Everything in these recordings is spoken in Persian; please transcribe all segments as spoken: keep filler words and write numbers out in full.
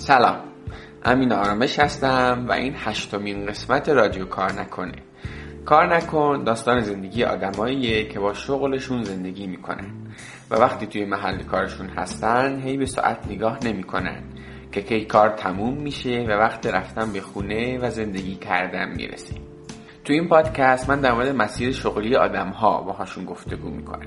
سلام، امین آرامش هستم و این هشتمین قسمت رادیو کار نکنه. کار نکن داستان زندگی آدماییه که با شغلشون زندگی میکنن و وقتی توی محل کارشون هستن هی به ساعت نگاه نمیکنن که کی کار تموم میشه و وقت رفتن به خونه و زندگی کردن میرسه. توی این پادکست من در مورد مسیر شغلی آدمها باهاشون گفتگو میکنم.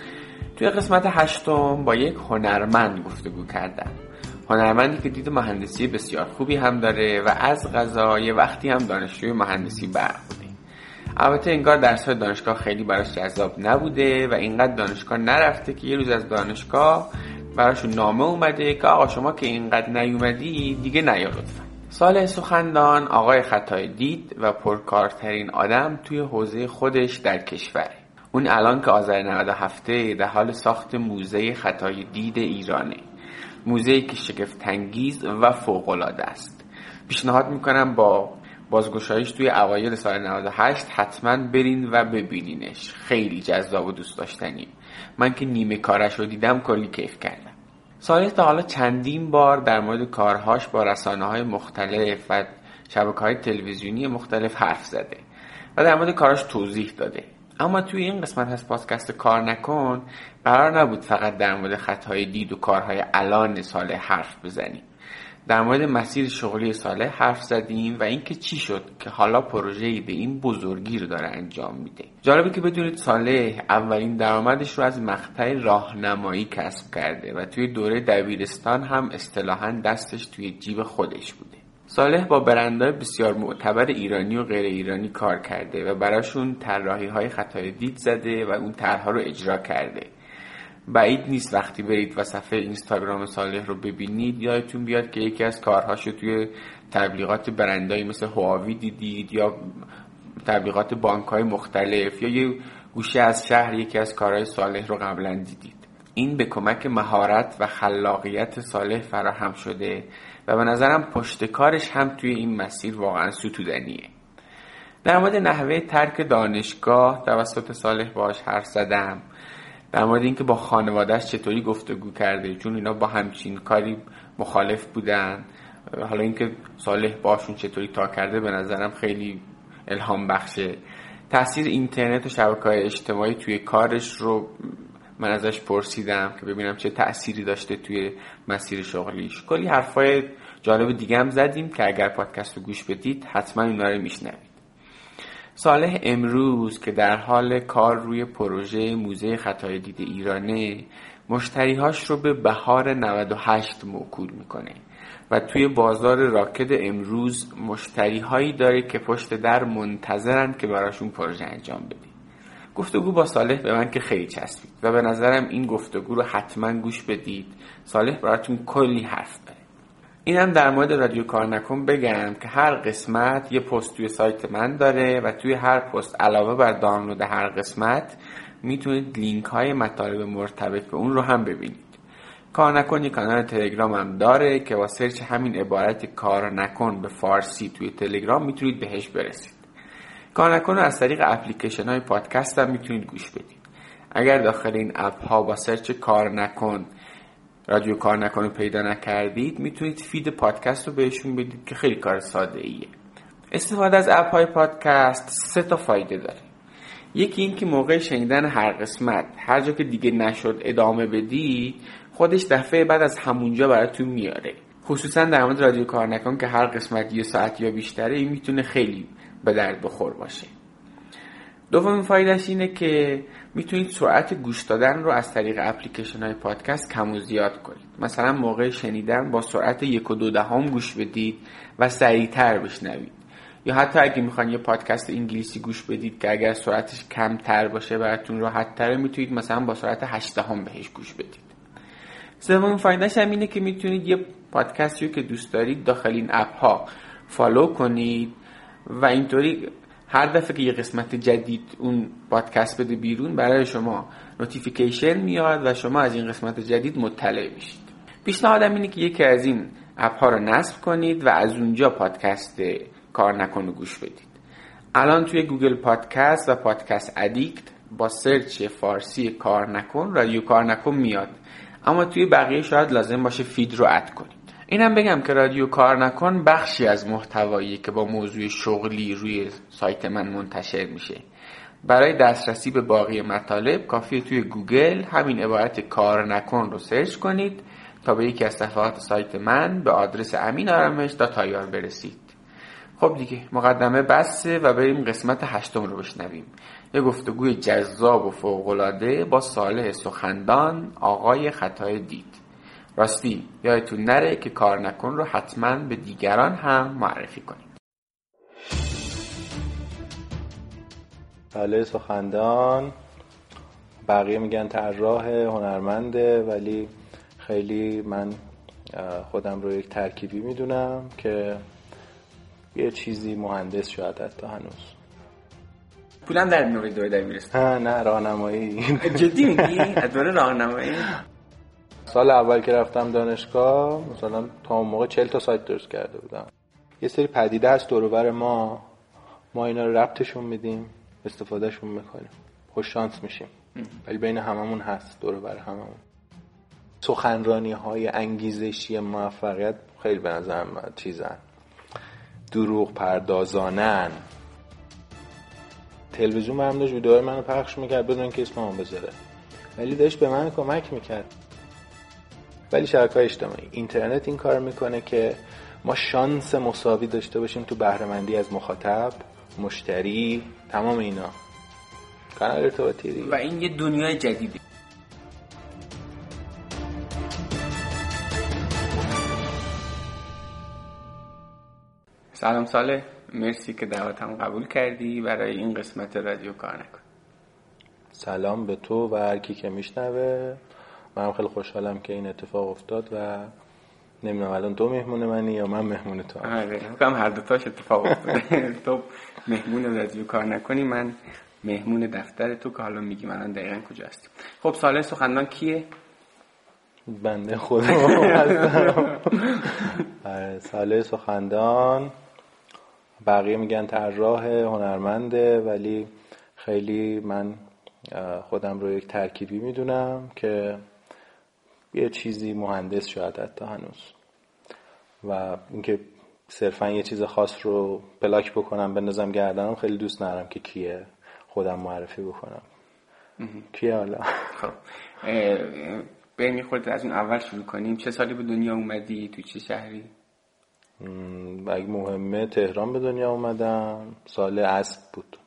توی قسمت هشتم با یک هنرمند گفتگو کردم. هنرمندی که دید مهندسی بسیار خوبی هم داره و از قضا یه وقتی هم دانشجوی مهندسی برق بوده. البته انگار درس‌های دانشگاه خیلی براش جذاب نبوده و اینقدر دانشگاه نرفته که یه روز از دانشگاه براشون نامه اومده که آقا شما که اینقدر نیومدی دیگه نیا لطفا. صالح سخندان آقای خطای دید و پرکارترین آدم توی حوزه خودش در کشوره. اون الان که آذر نود و هفت در حال ساخت موزه خطای دید ایرانه. موزه‌ای که شگفت‌انگیز و فوق‌العاده است. پیشنهاد میکنم با بازگشایش توی اوایل سال نود و هشت حتما برین و ببینینش. خیلی جذاب و دوست داشتنی. من که نیمه کارش رو دیدم کلی کیف کردم. صالح تا حالا چندین بار در مورد کارهاش با رسانه‌های مختلف و شبکه‌های تلویزیونی مختلف حرف زده و در مورد کارهاش توضیح داده. اما توی این قسمت از پادکست کار نکن قرار نبود فقط در مورد خطای دید و کارهای الان صالح حرف بزنیم. در مورد مسیر شغلی صالح حرف زدیم و اینکه چی شد که حالا پروژه‌ای به این بزرگی رو داره انجام میده. جالبه که بدونید صالح اولین درآمدش رو از مقطع راهنمایی کسب کرده و توی دوره دبیرستان هم اصطلاحاً دستش توی جیب خودش بوده. صالح با برندهای بسیار معتبر ایرانی و غیر ایرانی کار کرده و براشون طراحی‌های خطای دید زده و اون طرح‌ها رو اجرا کرده. بعید نیست وقتی برید و صفحه اینستاگرام صالح رو ببینید یادتون بیاد که یکی از کارهاشو توی تبلیغات برندهایی مثل هواوی دیدید یا تبلیغات بانک‌های مختلف یا یه گوشه از شهر یکی از کارهای صالح رو قبلا دیدید. این به کمک مهارت و خلاقیت صالح فراهم شده و به نظرم پشتکارش هم توی این مسیر واقعا ستودنیه. در مورد نحوه ترک دانشگاه توسط صالح باهاش حرف زدم. در مورد اینکه با خانواده‌اش چطوری گفتگو کرده چون اینا با همچین کاری مخالف بودن. حالا اینکه صالح باشون چطوری تا کرده به نظرم خیلی الهام بخشه. تاثیر اینترنت و شبکه‌های اجتماعی توی کارش رو من ازش پرسیدم که ببینم چه تأثیری داشته توی مسیر شغلیش. کلی حرفای جالب دیگه هم زدیم که اگر پادکست رو گوش بدید حتما اینا رو میشنوید. صالح امروز که در حال کار روی پروژه موزه خطای دید ایرانه مشتریهاش رو به بهار نود و هشت موکول میکنه و توی بازار راکد امروز مشتریهایی داره که پشت در منتظرن که براشون پروژه انجام بده. گفتگو با صالح به من که خیلی چسبید و به نظرم این گفتگو رو حتما گوش بدید. صالح براتون کلی حرف داره. اینم در مورد رادیو کار نکن بگم که هر قسمت یه پست توی سایت من داره و توی هر پست علاوه بر دانلود هر قسمت میتونید لینک های مطالب مرتبط به اون رو هم ببینید. کار نکن یه کانال تلگرام هم داره که با سرچ همین عبارت کار نکن به فارسی توی تلگرام میتونید بهش برسید. کار نکن رو از طریق اپلیکیشن های پادکست هم میتونید گوش بدید. اگر داخل این اپ ها با سرچ کار نکن رادیو کار نکن رو پیدا نکردید میتونید فید پادکست رو بهشون بدید که خیلی کار ساده ایه. استفاده از اپ های پادکست سه تا فایده داره. یکی این که موقع شنیدن هر قسمت هر جا که دیگه نشد ادامه بدی خودش دفعه بعد از همونجا براتون میاره. خصوصا در مورد رادیو کار نکن که هر قسمت یه ساعت یا بیشتره این میتونه خیلی به درد بخور باشه. دومین فایدهش اینه که میتونید سرعت گوش دادن رو از طریق اپلیکیشن های پادکست کم و زیاد کنید. مثلا موقع شنیدن با سرعت یک و دو دهم گوش بدید و سریعتر بشنوید. یا حتی اگه میخواین یه پادکست انگلیسی گوش بدید که اگر سرعتش کمتر باشه براتون راحت تره میتونید مثلا با سرعت هشت دهم بهش گوش بدید. سومین فایدهش هم اینه که میتونید یه پادکستی رو که دوست دارید داخل این اپ ها فالو کنید و اینطوری هر دفعه که یه قسمت جدید اون پادکست بده بیرون برای شما نوتیفیکیشن میاد و شما از این قسمت جدید مطلع میشید. پیشنهادم اینه که یکی از این اپ ها رو نصب کنید و از اونجا پادکست کار نکن و گوش بدید. الان توی گوگل پادکست و پادکست ادیکت با سرچ فارسی کار نکن رادیو کار نکن میاد، اما توی بقیه شاید لازم باشه فید رو اد کنید. اینم بگم که رادیو کار نکن بخشی از محتوایی که با موضوع شغلی روی سایت من منتشر میشه. برای دسترسی به باقی مطالب کافیه توی گوگل همین عبارت کار نکن رو سرچ کنید تا به یکی از صفحات سایت من به آدرس امین آرامش دات آی آر برسید. خب دیگه مقدمه بسه و بریم قسمت هشتم رو بشنویم. یه گفتگوی جذاب و فوق‌العاده با صالح سخندان، آقای خطای دید. راستی یادتون نره که کار نکن رو حتما به دیگران هم معرفی کنید. صالح سخندان، بقیه میگن طراح، هنرمنده، ولی خیلی من خودم رو یک ترکیبی میدونم که یه چیزی مهندس شاید حتی هنوز. پولم در نوری دوره در میرسه؟ نه راهنمایی. جدی میگی؟ از دوره راهنمایی؟ سال اول که رفتم دانشگاه مثلا تا اون موقع چهل تا سایت درست کرده بودم. یه سری پدیده هست دور و بر ما، ما اینا رو ربطشون میدیم، استفادهشون میکنیم، خوش شانس میشیم، ولی بین هممون هست، دور و بر هممون. سخنرانی های انگیزشی موفقیت خیلی به نظرم چیزن، دروغ پردازانن. تلویزیون برام داشت ویدیوهای منو پخش میکرد بدون اینکه اسممو بذاره، ولی داشت به من کمک میکرد. ولی شبکه‌های اجتماعی، اینترنت این کار میکنه که ما شانس مساوی داشته باشیم تو بهره‌مندی از مخاطب، مشتری، تمام اینا. کانال ارتباطی دیگه. و این یه دنیای جدیده. سلام صالح، مرسی که دعوتم قبول کردی برای این قسمت رادیو کار نکن. سلام به تو و هر کی که میشنوه. من خیلی خوشحالم که این اتفاق افتاد و نمیدونم الان تو مهمون منی یا من مهمون تو. آره، فکرم هر دو تاش اتفاق افتاده. تو مهمون رادیو کار نکنی، من مهمون دفتر تو که حالا میگی من دقیقاً کجا هستیم. خب صالح سخندان کیه؟ بنده خدا هستم. صالح سخندان، بقیه میگن طراح، هنرمنده، ولی خیلی من خودم رو یک ترکیبی میدونم که یه چیزی مهندس شاید حتی هنوز، و اینکه صرفا یه چیز خاص رو پلاک بکنم بندازم گردنم خیلی دوست ندارم که کیه خودم معرفی بکنم. کیه حالا؟ خب بریم خودت از اون اول شروع کنیم. چه سالی به دنیا اومدی؟ تو چه شهری؟ اگه مهمه تهران به دنیا اومدم، سال اسب بود.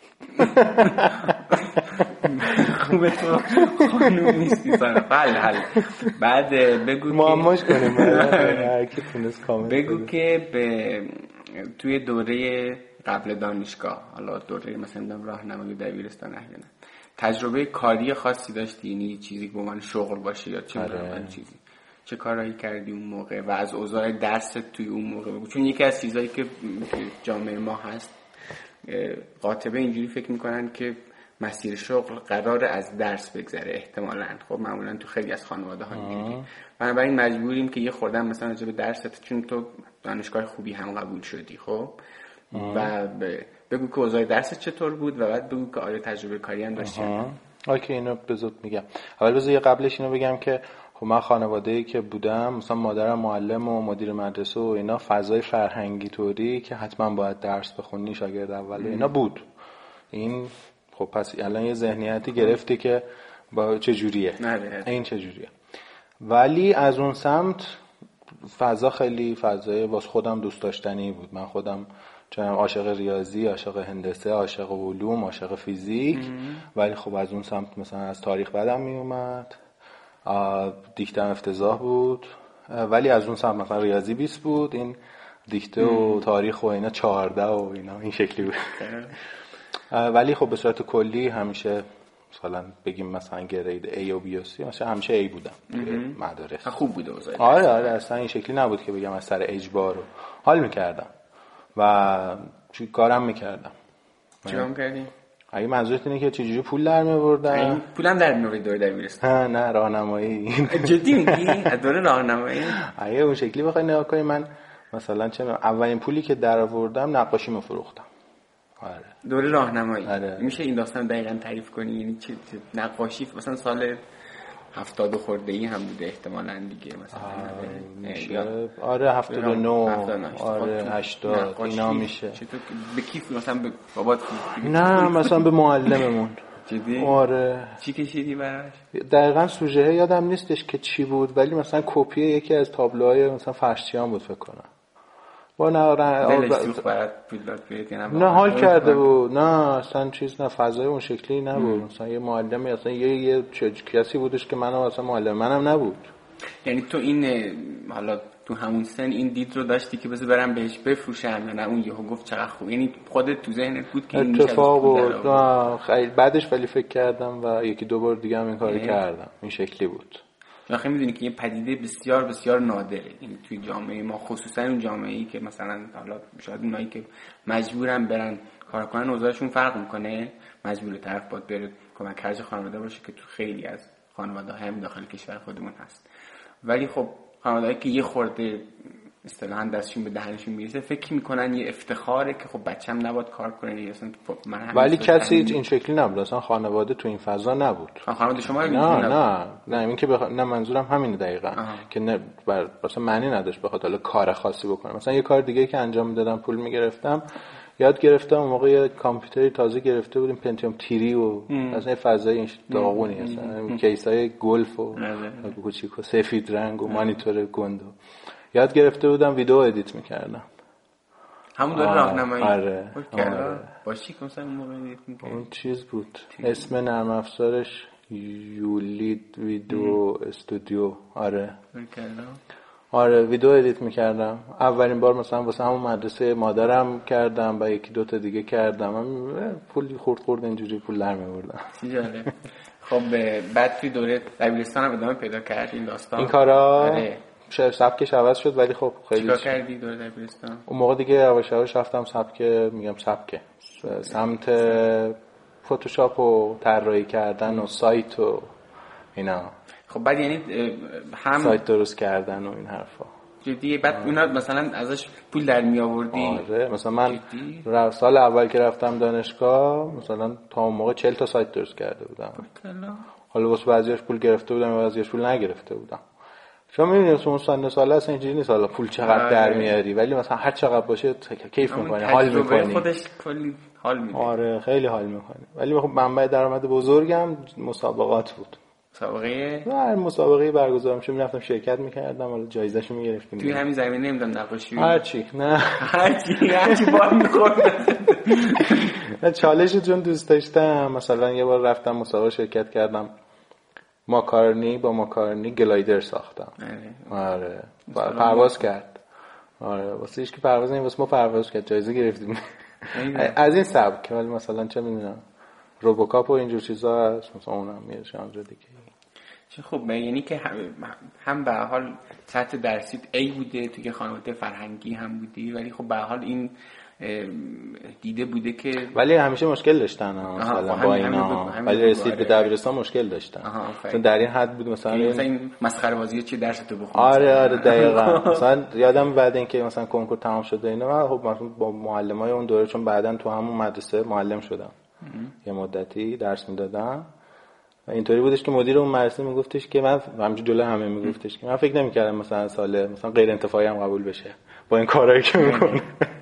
خوبه تو خانوم نیستی سال. حل حل بعد بگو معماش کنیم هر کی تونست کامل بگو که به توی دوره قبل دانشگاه، حالا دوره مثلا راهنمایی دبیرستان احیانا تجربه کاری خاصی داشتی؟ یعنی چیزی که با من شغل باشه یا چه مثلا چیزی، چه کارهایی کردی اون موقع و از اوضاع درست توی اون موقع بگو. چون یکی از چیزایی که جامعه ما هست قاطبه اینجوری فکر میکنن که مسیر شغل قراره از درس بگذره احتمالاً. خب معمولا تو خیلی از خانواده ها اینجوریه، بنابراین مجبوریم که یه خوردن مثلا راجع به درست، چون تو دانشگاه خوبی هم قبول شدی، خب و بگو که اوضاع درست چطور بود و بعد بگو که آیا تجربه کاری هم داشتی. اوکی، اینو بذات میگم. اول بذار یه قبلش اینو بگم که خب من خانواده‌ای که بودم، مثلا مادرم معلم و مدیر مدرسه و اینا، فضای فرهنگی طوری که حتما باید درس بخونی، شاگرد اول اینا بود. این خب پس الان یه ذهنیتی گرفتی که با چه جوریه، این چه جوریه. ولی از اون سمت فضا خیلی فضای واسه خودم دوست داشتنی بود. من خودم چون عاشق ریاضی، عاشق هندسه، عاشق علوم، عاشق فیزیک، ولی خب از اون سمت مثلا از تاریخ بدم می اومد، دیکتم افتضاح بود، ولی از اون سمت مثلا ریاضی بیست بود، این دیکته و تاریخ و اینا چهارده و اینا این شکلی بود. ولی خب به صورت کلی همیشه مثلا بگیم مثلا گرید A و B و C مثلا همیشه A بودم توی مدارس. خوب بوده اوضاع. آره آره اصلا این شکلی نبود که بگم از سر اجبار. حال میکردم و چی کارم میکردم. چیکار میکردی؟ اگه منظورت اینه که چجوری پول در می‌آوردم؟ پولم در نوری دوره دبیرستان. نه راهنمایی. جدی میگی؟ از دوره راهنمایی؟ اگه اون شکلی بخوای نگاه کنی، من مثلا چه اولین پولی که در آوردم نقاشیمو فروختم. آره. دوره راهنمایی. آره. میشه این داستان دقیقاً تعریف کنی؟ یعنی چه نقاشی مثلا سال هفتاد خورده‌ای هم بوده احتمالاً دیگه مثلا میشه. آره هفتاد و نه، آره هشتاد اینا میشه. چطور به کی مثلا به بابات؟ نه مثلا به معلممون. جدی؟ آره. چی کشیدی براش؟ دقیقاً سوژه یادم نیستش که چی بود، ولی مثلا کپی یکی از تابلوهای مثلا فرشچیان بود فکر کنم. با نه نه نه حال کرده بود، نه اصلا چیز، نه فضای اون شکلی نبود. مثلا یه معلمی اصلا یه یه کسی بودش که منم اصلا معلم منم نبود. یعنی تو این حالا تو همون سن این دید رو داشتی که بذار برم بهش بفروشم یا نه اون یهو گفت چقدر خوب؟ یعنی خودت تو ذهنت بود که این اتفاق بود؟ نه خیلی بعدش ولی فکر کردم و یکی دو بار دیگه هم این کارو کردم. این شکلی بود. آخه میدونی که یه پدیده بسیار بسیار نادره این توی جامعه ما، خصوصا اون جامعه‌ای که مثلا حالا شاید اونایی که مجبورن برن کار کنن اوضاعشون فرق میکنه، مجبور طرف باید بره کمک خرج خانواده باشه که تو خیلی از خانواده‌ها هم داخل کشور خودمون هست. ولی خب خانواده‌ای که یه خورده اصطلاحاً دستشون به دهنشون میرسه فکر میکنن یه افتخاره که خب بچه‌م نباید کار کنه اصلا. من ولی کسی این شکلی نبود اصلا، خانواده تو این فضا نبود. خانواده شما نه نه نه این که بخ... نه منظورم همینه دقیقاً. آه. که نه بر مثلا معنی نداشت بخاطر حالا کار خاصی بکنم. مثلا یه کار دیگه که انجام میدادم پول میگرفتم، یاد گرفتم اون موقع یه کامپیوتری تازه گرفته بودیم پنتیوم تیری و از این فضای این داغونی مثلا کیسای گلف و کوچیک و سفید رنگ و مانیتور گندو یاد گرفته بودم، ویدیو ادیت میکردم. همون داره راهنمایی آره. آره. با چی مثلا اون موقع ادیت میکردی؟ اون چیز بود اسم نرم افزارش یولید ویدیو استودیو. آره آره ویدیو ادیت میکردم. اولین بار مثلا واسه همون مدرسه مادرم کردم و یکی دو تا دیگه کردم. پول خورد خورد اینجوری پول در می‌آوردم. جالب. خب بعد توی دوره دبیرستان هم ادامه پیدا کرد این داستان این کارا؟ آره. سبکش عوض شد ولی خب خیلی چیکار کردی دوره دبیرستان؟ اون موقع دیگه یواش یواش رفتم سبک، میگم سبک سمت فتوشاپ و طراحی کردن و سایت و اینا. خب بعد یعنی هم سایت درست کردن و این حرفا. جدی؟ بعد اونا مثلا ازش پول در می آوردی؟ آره مثلا من ر... سال اول که رفتم دانشگاه مثلا تا اون موقع چهل تا سایت درست کرده بودم. حالا واسه بعضیاش پول گرفته بودم و بعضیاش پول نگرفته بودم. شما می‌بینید اون سن سال اصلا اینجوری نیست حالا پول چقدر در میاری، ولی مثلا هر چقدر باشه کیف می‌کنی، حال می‌کنی، خودش کلی حال می‌ده. آره خیلی حال می‌کنی. ولی خب منبع درآمد بزرگم مسابقات بود. مسابقه؟ هر مسابقه برگزار میشه میرفتم شرکت میکردم، حالا جایزه‌شو میگرفتیم. توی همین زمینه نمیدونم نقاشی هر چی نه هر چی هر چی بار می‌خورد. چالش چون دوست داشتم. مثلا یه بار رفتم مسابقه شرکت کردم، ماکارونی با ماکارونی گلایدر ساختم. آره پرواز کرد. آره واسه هیچ کی پرواز نمی واسه ما پرواز کرد، جایزه گرفتیم. از این سبک. ولی مثلا چه میدونم روبوکاپ و اینجور چیزا هست مثلا اونم میشه اونجا دیگه. چه خوب. یعنی که هم به هر حال سطح درسی A بوده، تو که خانواده فرهنگی هم بودی، ولی خب به هر حال این دیده بوده که ولی همیشه مشکل داشتن مثلا با اینا، ولی رسید به دبیرستان مشکل داشتن چون در این حد بود مثلا این مسخره بازی چه درس تو بخونی. آره آره دقیقاً. مثلا یادم بعد اینکه مثلا کنکور تمام شده اینا من خب مثلا با معلمای اون دوره، چون بعدن تو همون مدرسه معلم شدم یه مدتی درس میدادم، اینطوری بودش که مدیر اون مدرسه میگفتش که من همینجوری جلوی همه میگفتش که من فکر نمی‌کردم مثلا سال مثلا غیر انتفاعی هم قبول بشه با این کارهایی که میکنه.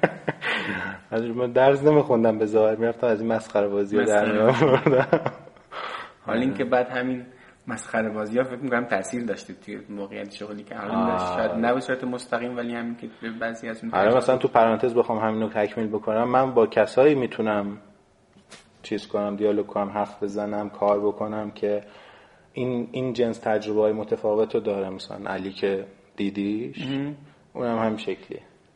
از من درس نمیخوندم به ظاهر، میرفتم از این مسخره بازی‌ها در میآوردم. حالا اینکه بعد همین مسخره بازی‌ها فکر می‌کنم تاثیر داشته توی موقعیت شغلی که الان داشت، شاید نه به صورت مستقیم ولی همین که بعضی از اون آره مثلا تو پرانتز بخوام همین رو تکمیل بکنم، من با کسایی میتونم چیز کنم، دیالوگ کنم، حرف بزنم، کار بکنم که این این جنس تجربه‌های متفاوت رو دارم. مثلا علی که دیدیش اونم هم شکلیه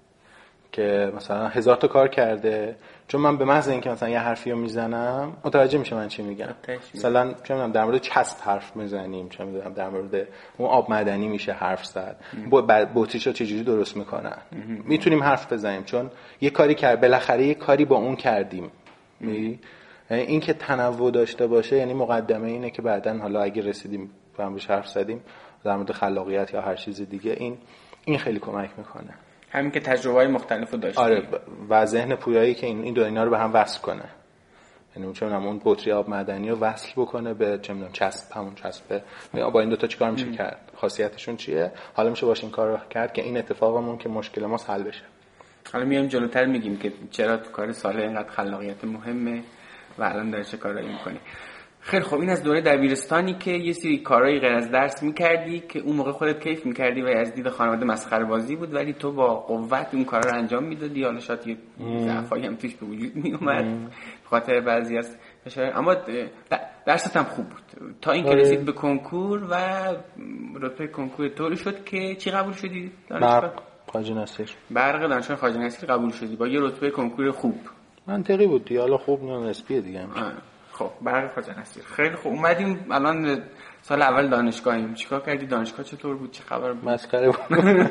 که مثلا هزار تا کار کرده، چون من به محض اینکه مثلا یه حرفی رو میزنم متوجه میشه من چی میگم. مثلا چه میدونم در مورد چسب حرف میزنیم، چه میدونم در مورد اون آب معدنی میشه حرف زد، بطریشو چجوری درست میکنن، میتونیم حرف بزنیم چون یه کاری کرد، بالاخره یه کاری با اون کردیم. می این که تنوع داشته باشه یعنی مقدمه اینه که بعدن حالا اگه رسیدیم به همش حرف زدیم در مورد خلاقیت یا هر چیز دیگه، این این خیلی کمک میکنه. همین که تجربه‌های مختلفو داشتی. آره و ذهن پویایی که این این دو اینا رو به هم وصل کنه. یعنی چه می‌دونم اون بطری آب معدنی رو وصل بکنه به چه می‌دونم چسب، همون چسبه. با این دو تا چیکار میشه کرد؟ خاصیتشون چیه؟ حالا میشه باش این کار رو کرد که این اتفاقمون که مشکل ما حل بشه. حالا میایم جلوتر میگیم که چرا تو کار ساله اینقدر خلاقیت مهمه و الان داری چه کارایی می‌کنی. خیلی خوب، این از دوره دبیرستانی که یه سری کارهای غیر از درس می‌کردی که اون موقع خودت کیف می‌کردی و از دید خانواده مسخره بازی بود، ولی تو با قوت اون کارا رو انجام میدادی. حالا شاید یه ضعفایی هم توش به وجود میومد به خاطر بعضی از فشار، اما درست هم خوب بود تا اینکه رسید به کنکور و رتبه کنکور طوری شد که چی قبول شدی؟ دانشگاه خواجه نصیر. برق دانشگاه خواجه نصیر قبول شدی با یه رتبه کنکور خوب. منطقی بود دیگه، حالا خوب نه نسبیه دیگه. خب برق خواجه نصیر. خیلی خوب، اومدیم الان سال اول دانشگاهیم. چیکار کردی؟ دانشگاه چطور بود؟ چه خبر بود؟ مسخره بود.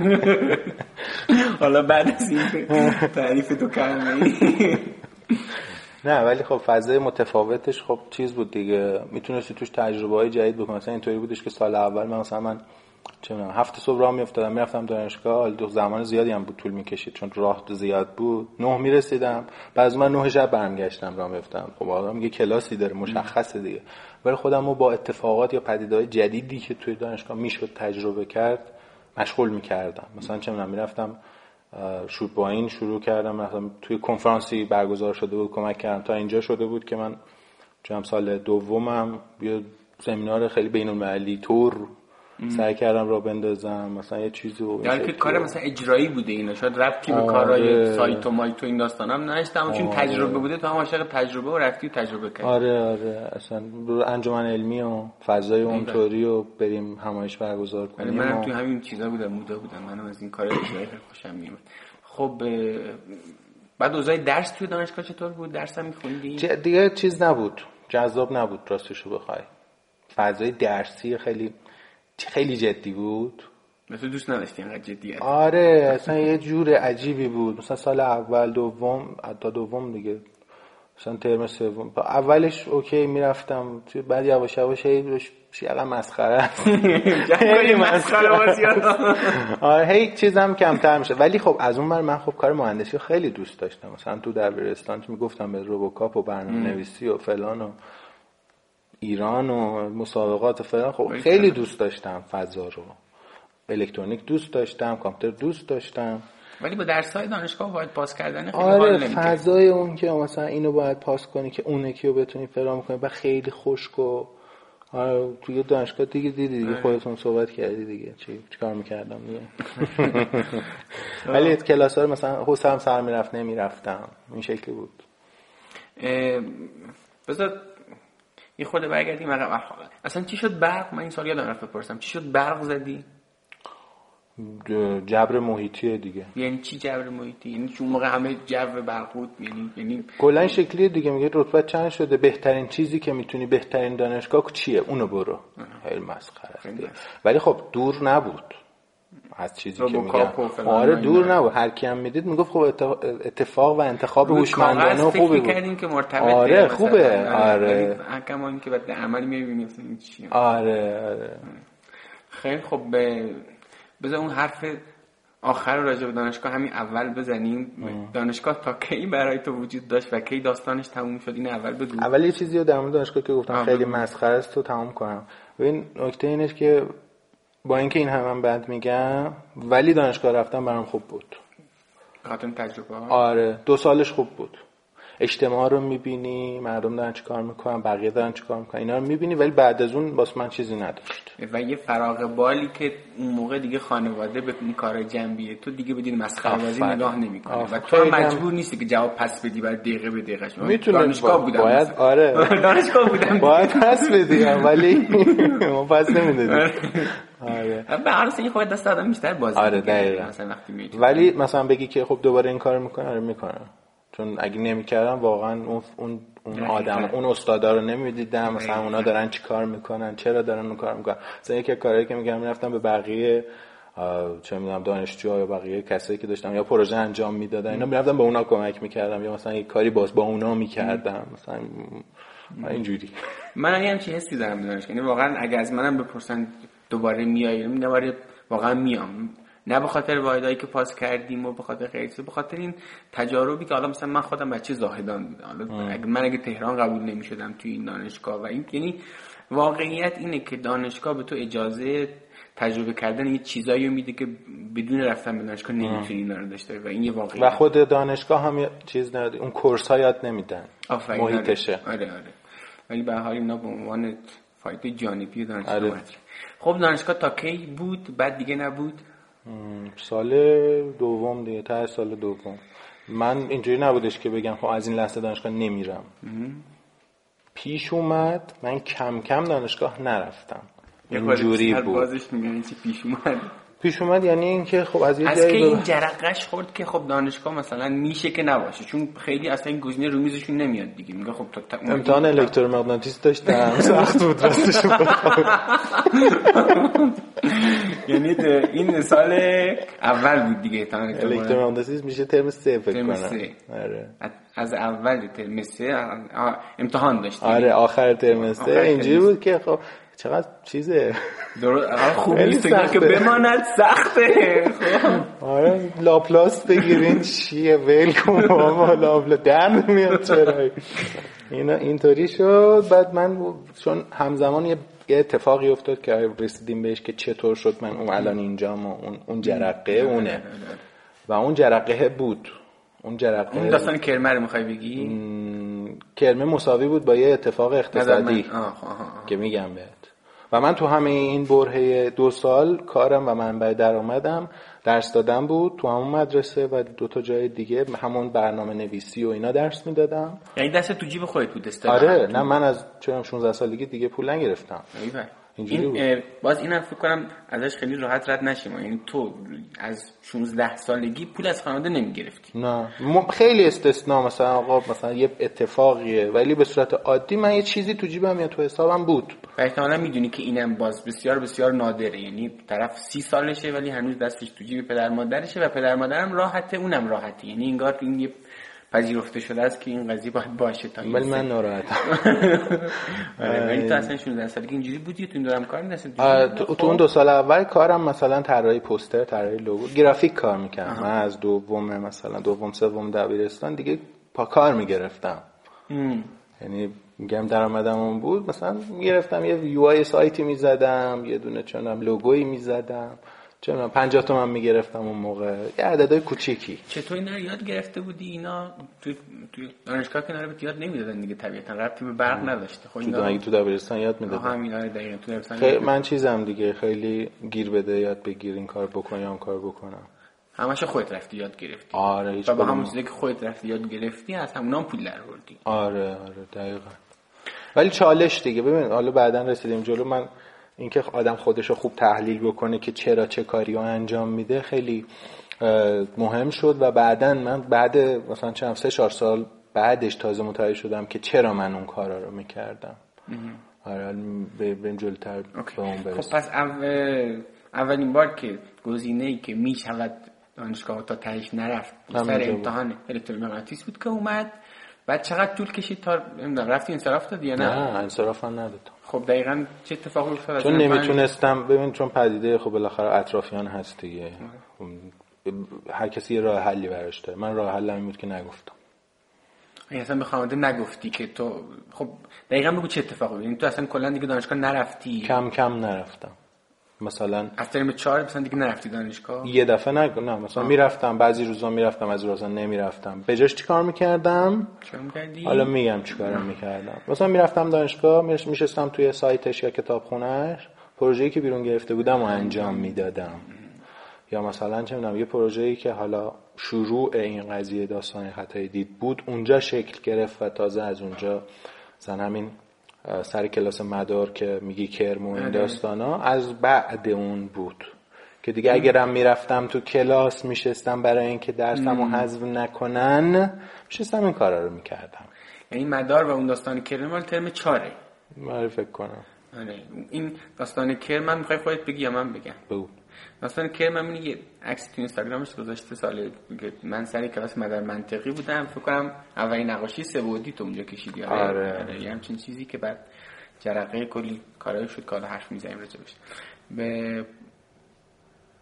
حالا بعد از این تعریف تو کلمه‌ای نه ولی خب فضای متفاوتش خب چیز بود دیگه، میتونستی توش تجربه‌های جدید بکنی. مثلا اینطوری بودش که سال اول من مثلا من چه می‌دونم هفت صبح راه میافتادم میرفتم دانشگاه، دو زمان زیادی هم بود طول میکشید چون راه زیاد بود. نه میرسیدم، بعد از من نه شب برمیگشتم راه میافتادم. خب حالا میگه کلاسی داره مشخصه دیگه، ولی خودمو با اتفاقات یا پدیده‌های جدیدی که توی دانشگاه میشد تجربه کرد مشغول میکردم. مثلا چه می‌دونم میرفتم شروع با این شروع کردم، مثلا توی کنفرانسی برگزار شده بود کمک کردم تا اینجا شده بود که من چون سال دومم یه سمینار خیلی بین‌المللی تور سعی کردم را بندازم، مثلا یه چیزی و در که کار مثلا اجرایی بوده اینا، شاید ربطی به کارهای سایت و مایت و این داستانم نداشت، اما چون تجربه بوده تو هم عاشق تجربه و رفتی و تجربه کردی. آره آره اصلا انجمن علمی و فضای اونطوری و بریم همایش برگزار کنیم. منم تو همین چیزا بودم، مودا بودم، منم از این کارا اجرایی خیلی خوشم میاد. خب بعد اوضاع درس توی دانشگاه چطور بود؟ درس هم می‌خوندی؟ دیگه چیز نبود، جذاب نبود راستشو بخوای. فضای درسی خیلی خیلی جدی بود. مثلا دوست نداشتی اینقدر جدیت؟ آره اصلا یه جور عجیبی بود. مثلا سال اول دوم تا دوم دیگه، مثلا ترم سوم اولش اوکی میرفتم، بعد یواش یواش هی چقدر مسخره است. خیلی مسخره واسیات. آره هی چیزام کمتر میشه. ولی خب از اون ور من خب کار مهندسی خیلی دوست داشتم. مثلا تو دبیرستان میگفتم به روبوکاپ و برنامه‌نویسی و فلان و ایران و مسابقات فلان، خب خیلی دوست داشتم فضا رو. الکترونیک دوست داشتم، کامپیوتر دوست داشتم، ولی با درس‌های دانشگاه باید پاس کردن خیلی آره حال نمی‌کنه. فضای اون که مثلا اینو باید پاس کنی که اون یکی رو بتونی فرام کنی و خیلی خشک و آره توی دانشگاه دیگه دیدی دیگه خودتون صحبت کردی دیگه چی چیکار می‌کردم دیگه. ولی کلاس‌ها رو مثلا حوصله‌ام سر می‌رفت نمی‌رفتم، این شکلی بود. بذار یه خورده برگردیم عقب. اصلا چی شد برق؟ من این سال یادم رفت بپرسم چی شد برق زدی؟ جبر محیطیه دیگه. یعنی چی جبر محیطی؟ یعنی چون موقع همه جو برق بود، یعنی یعنی کلا شکلیه دیگه. میگه رتبه چند شده، بهترین چیزی که میتونی بهترین دانشگاه چیه اونو برو. خیلی مسخره است. ولی خب دور نبود از چیزی که میگم. آره دور نبود، هر کی هم میدید میگفت خب اتفاق و انتخاب هوشمندانه و خوبه بود. کردیم که مرتبط آره خوبه. آره حکما این که بعد عملی میبینیم این چیه. آره آره خیلی خب به بذار اون حرف آخر راجع به دانشگاه همین اول بزنیم. ام. دانشگاه تا کی برای تو وجود داشت و کی داستانش تموم شد؟ این اول بگو. اول یه چیزی رو در مورد دانشگاه که گفتم خیلی مسخره است تو تمام کنم. ببین نکته اینه که با اینکه این همه من بد میگم ولی دانشگاه رفتم برام خوب بود. خاطر تجربه ها. آره دو سالش خوب بود. اجتماع رو میبینی، مردم دارن چیکار میکنن، بقیه دارن چیکار میکنن، اینا رو میبینی، ولی بعد از اون واسه من چیزی نداشت. و یه فراغ بالی که اون موقع دیگه خانواده به این کارهای جنبیه تو دیگه بدین مسخره بازی نگاه نمیکنه و تو هم مجبور نیستی که جواب پس بدی برای دقیقه به دقیقش. دانشگاه بودم باید مثلا. آره دانشگاه بودم باید پس بدی ولی ما پس نمیدادیم. آره به هر حال این خود دست آدم بیشتر بازی آره دقیقاً. مثلا وقتی میگی ولی مثلا بگی که خب دوباره این کارو میکنه، آره میکنم، چون اگه نمیکردم واقعا اون اون اون آدم اون استادا رو نمیدیدم. مثلا اونا دارن چی کار میکنن، چرا دارن اون کار میکنن. مثلا یکی کارهایی که میگم میرفتم به بقیه چه میدونم دانشجوها یا بقیه کسایی که داشتم یا پروژه انجام میدادن اینا میرفتم به اونا کمک میکردم یا مثلا یک کاری باز با اونا میکردم مثلا اینجوری. من هم چه حسی دارم دانش، یعنی واقعا اگه از منم بپرسن دوباره میای دوباره واقعا میام. نه به خاطر واحدایی که پاس کردیم و به خاطر خیلی به خاطر این تجاربی که حالا مثلا من خودم بچه زاهدان بودم، حالا اگه من اگه تهران قبول نمی‌شدم توی این دانشگاه و این یعنی واقعیت اینه که دانشگاه به تو اجازه تجربه کردن یه چیزایی میده که بدون رفتن به دانشگاه نمیتونی اینا رو داشته و این یه واقعیت. و خود دانشگاه هم یه چیز نداره، اون کورس ها یاد نمیدن، محیطشه. آره آره ولی به هر حال اینا به عنوان فایده جانبی دانشگاه. آره. خب دانشگاه تا کی بود بعد دیگه نبود؟ سال دوم دیگه، تا سال دوم. من اینجوری نبودش که بگم خب از این لحظه دانشگاه نمیرم. پیش اومد من کم کم دانشگاه نرفتم. اینجوری بود. بازش میگن چی پیش اومد؟ پیش اومد یعنی این که خب از یه از جایی که این جرقش خورد که خب دانشگاه مثلا میشه که نباشه، چون خیلی اصلا این گزینه رو میزشون نمیاد دیگه. میگه خب تا امتحان الکترومغناطیس داشتم سخت بود راستش بخوام. یعنی این سال اول بود دیگه امتحان الکترومغناطیس میشه ترم سه فکر کنم. آره از اول ترم سه امتحان داشتیم. آره آخر ترم سه اینجوری بود که خب چقدر چیزه درست خوب نیست که بماند سخته. آره لاپلاس بگیرین چیه ول کن بابا لاپلاس در میاد چرا اینا اینطوری شد. بعد من چون همزمان یه اتفاقی افتاد که رسیدیم بهش که چطور شد من اون الان اینجام و اون اون جرقه اونه و اون جرقه بود. اون جرقه اون داستان کرمه رو میخوای بگی؟ کرمه مساوی بود با یه اتفاق اقتصادی که میگم بهت. و من تو همه این برهه دو سال کارم و منبع درآمدم درس دادن بود تو همون مدرسه و دو تا جای دیگه همون برنامه نویسی و اینا درس میدادم. یعنی دست تو جیب خودت بود استاد؟ آره نه من از چون شانزده سالگی دیگه پول نگرفتم. این باز اینم فکر کنم ازش خیلی راحت رد نشیم. یعنی تو از شانزده سالگی پول از خانواده نمیگرفتی؟ نه خیلی استثنا، مثلا آقا مثلا یه اتفاقیه ولی به صورت عادی من یه چیزی تو جیبم یا تو حسابم بود. و احتمالاً میدونی که اینم باز بسیار بسیار نادره. یعنی طرف سی سالشه ولی هنوز دستش تو جیب پدر مادرشه و پدر مادرم راحته اونم راحته. یعنی انگار این یه پذیرفته شده است که این قضیه باید باشه تا این. ولی من ناراحتم. آره ولی تو اصلا شانزده سالگی اینجوری بودی؟ تو این دورم کار می‌داشتی؟ تو اون دو سال اول کارم مثلا طراحی پوستر، طراحی لوگو، گرافیک کار می‌کردم. من از دوم مثلا دوم سوم دبیرستان دیگه پا کار می‌گرفتم. یعنی میگم درآمدم اون بود، مثلا می‌گرفتم یه یو آی سایتی می‌زدم، یه دونه چونم لوگویی می‌زدم، چون پنجاه تومن میگرفتم اون موقع، یه عددهای کوچیکی. چطور اینا یاد گرفته بودی؟ اینا تو تو دانشگاه کنار بهت یاد نمیدادن دیگه، طبیعتا ربطی به برق نداشته. خب اینا تو, تو دبیرستان یاد میدادن. همین آره دقیقاً تو دبیرستان. خیلی من چیزم دیگه خیلی گیر بده یاد بگیر این کار بکنی اون کار بکنم. همش خودت رفتی یاد گرفتی. آره هیچ با همون چیزی که خودت رفتی یاد گرفتی از همونام پول درآوردی. آره آره دقیقاً. ولی چالش دیگه ببین حالا بعداً رسیدیم جلو، من اینکه آدم خودشو خوب تحلیل بکنه که چرا چه کاریو انجام میده خیلی مهم شد و بعداً من بعد مثلا چند سه چهار سال بعدش تازه متوجه شدم که چرا من اون کارا رو میکردم. آره بریم جلوتر به اون برسیم. خب پس اول اولین بار که گزینه‌ای که میشود دانشگاه تا تهش نرفت سر امتحان الکترومغناطیس بود که اومد. بعد چقدر طول کشید تا رفتی انصراف دادی یا نه؟ نه انصراف هم ندادم. خب دقیقاً چه اتفاقی افتاد؟ چون نمیتونستم ببین، چون پدیده خب بالاخره اطرافیان هست دیگه، هر کسی یه راه حلی براش داره. من راه حلم این بود که نگفتم. این اصلا به خانواده نگفتی که تو خب دقیقاً بگو چه اتفاقی؟ یعنی تو اصلا کلا دیگه دانشگاه نرفتی؟ کم کم نرفتم. مثلا از ترم چهار مثلا دیگه نرفتی دانشگاه؟ یه دفعه نه نه مثلا آه. میرفتم، بعضی روزا میرفتم، از روزا نمیرفتم. به جاش چیکار میکردم؟ چیکار میکردی؟ حالا میگم چیکارم میکردم. مثلا میرفتم دانشگاه، میشستم توی سایتش یا کتابخونه‌اش، پروژه‌ای که بیرون گرفته بودم و انجام میدادم. یا مثلا چه میدونم یه پروژه‌ای که حالا شروع این قضیه داستان خطای دید بود اونجا شکل گرفت و تازه از اونجا مثلا همین سر کلاس مدار که میگی کرم و این داستانا از بعد اون بود که دیگه اگرم میرفتم تو کلاس میشستم برای اینکه درسمو حذف نکنن میشستم این کارا رو میکردم. یعنی مدار و اون داستان کرم مال ترم چهاره من فکر کنم. آره این داستان کرم من میخوای خودت بگی یا من بگم؟ بگو. مثلا کرم من یه عکس تو اینستاگرامش گذاشته سال که من سر کلاس مدار منطقی بودم، فکر کنم اولین نقاشی سه‌بعدی تو اونجا کشیدی. آره آره یه همچین چیزی که بعد جرقه کلی کارای شد که حالا حرف میزنیم راجع بهش. به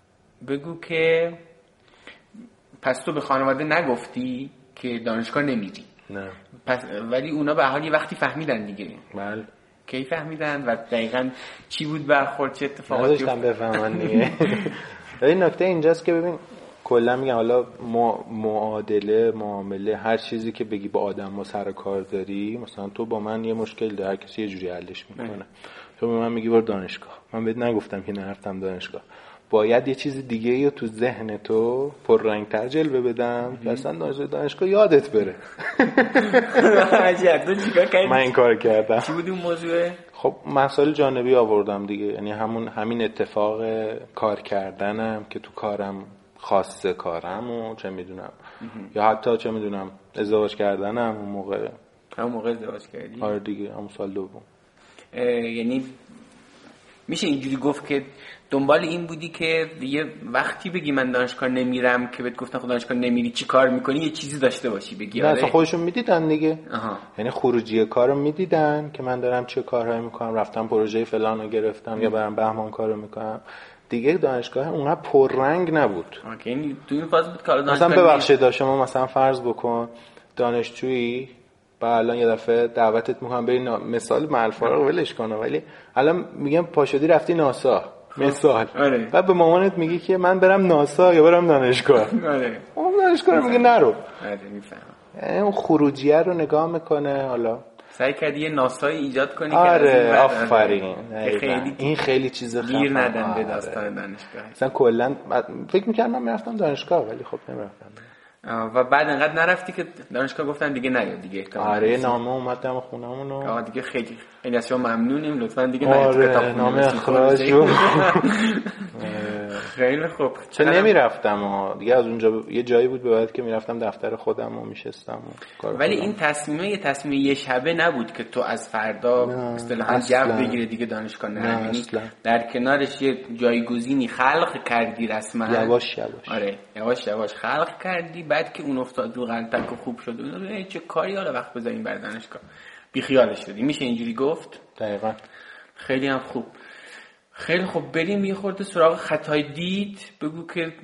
بگو که پس تو به خانواده نگفتی که دانشگاه نمیری؟ نه. پس ولی اونا به حال یه وقتی فهمیدن دیگه. بله. کی فهمیدن و دقیقاً چی بود برخورد، چه اتفاقاتی افتاد؟ بفهمن دیگه. این نکته اینجاست که ببین کلا میگم حالا معادله، معامله، هر چیزی که بگی با آدم و سر کار داری، مثلا تو با من یه مشکل داری، هر کسی یه جوری حلش میکنه. تو به من میگی برو دانشگاه، من بهت نگفتم که نرفتم دانشگاه، باید یه چیز دیگه رو تو ذهن تو پررنگ‌تر جلوه بدم که اصلا دانشگاه دانشگاه یادت بره. عجب. تو چیکار کردی؟ من این کار کردم. چی بود اون موضوع؟ خب مسائل جانبی آوردم دیگه، یعنی همون همین اتفاق کار کردنم که تو کارم خاصه کارم و چه میدونم، یا حتی چه میدونم ازدواج کردنم اون موقع. همون موقع ازدواج کردی؟ آره دیگه، همون سال دوم. یعنی میشه اینجوری گفت که دنبال این بودی که یه وقتی بگی من دانشگاه نمیرم که بهت گفتن خود دانشگاه نمیری چی کار میکنی، یه چیزی داشته باشی بگی. نه اصلا خودشون میدیدن دیگه. آها. یعنی خروجی کارو میدیدن که من دارم چه کارهایی میکنم، رفتم پروژه فلان رو گرفتم یا برام بهمان کارو میکنم دیگه. دانشگاه اونقدر پررنگ نبود. اوکی. یعنی تو این فاز بود که دانشگاه مثلا ببخشید داشت شما مثلا فرض بکن دانشجویی با الان یه دفعه دعوتت میکنم بری نا... مثال ملفارا رو ولش کنه، ولی الان میگم پاشدی رفتی ناسا مثال، آره. بعد به مامانت میگی که من برم ناسا یا برم دانشگاه. آره. اون دانشگاه رو میگه نرو. آره میفهمم. یعنی اون خروجیه رو نگاه میکنه. حالا سعی کردی یه ناسای ایجاد کنی. آره که آفرین. خیلی این خیلی چیز خفن. گیر ندن به داستان دانشگاه. مثلا کلا فکر میکردم من میرفتم دانشگاه ولی خب نمیرفتم. و بعد انقدر نرفتی که دانشگاه گفتن دیگه نیا دیگه. آره نامه اومد دم خونمون و آ دیگه خیلی خیلی از شما ممنونیم، لطفا دیگه نیا تو کتاب خونه. نامه اخراج. خیلی خوب. چه نمیرفتم و دیگه از اونجا یه جایی بود به بعد که میرفتم دفتر خودم و میشستم و کار. ولی این تصمیمه یه تصمیم یه شبه نبود که تو از فردا اصطلاحاً جو بگیره دیگه دانشگاه نرمی. در کنارش یه جایگزینی خلق کردی رسما. یواش یواش. آره یواش یواش خلق کردی. بعد که اون افتاد رو قلتک و خوب شد اون چه کاری حالا وقت بذاریم بر دانشگاه بی خیالش شدی. میشه اینجوری گفت؟ دقیقاً. خیلی هم خوب. خیلی خوب. بریم یه خورده سراغ خطای دید. بگو که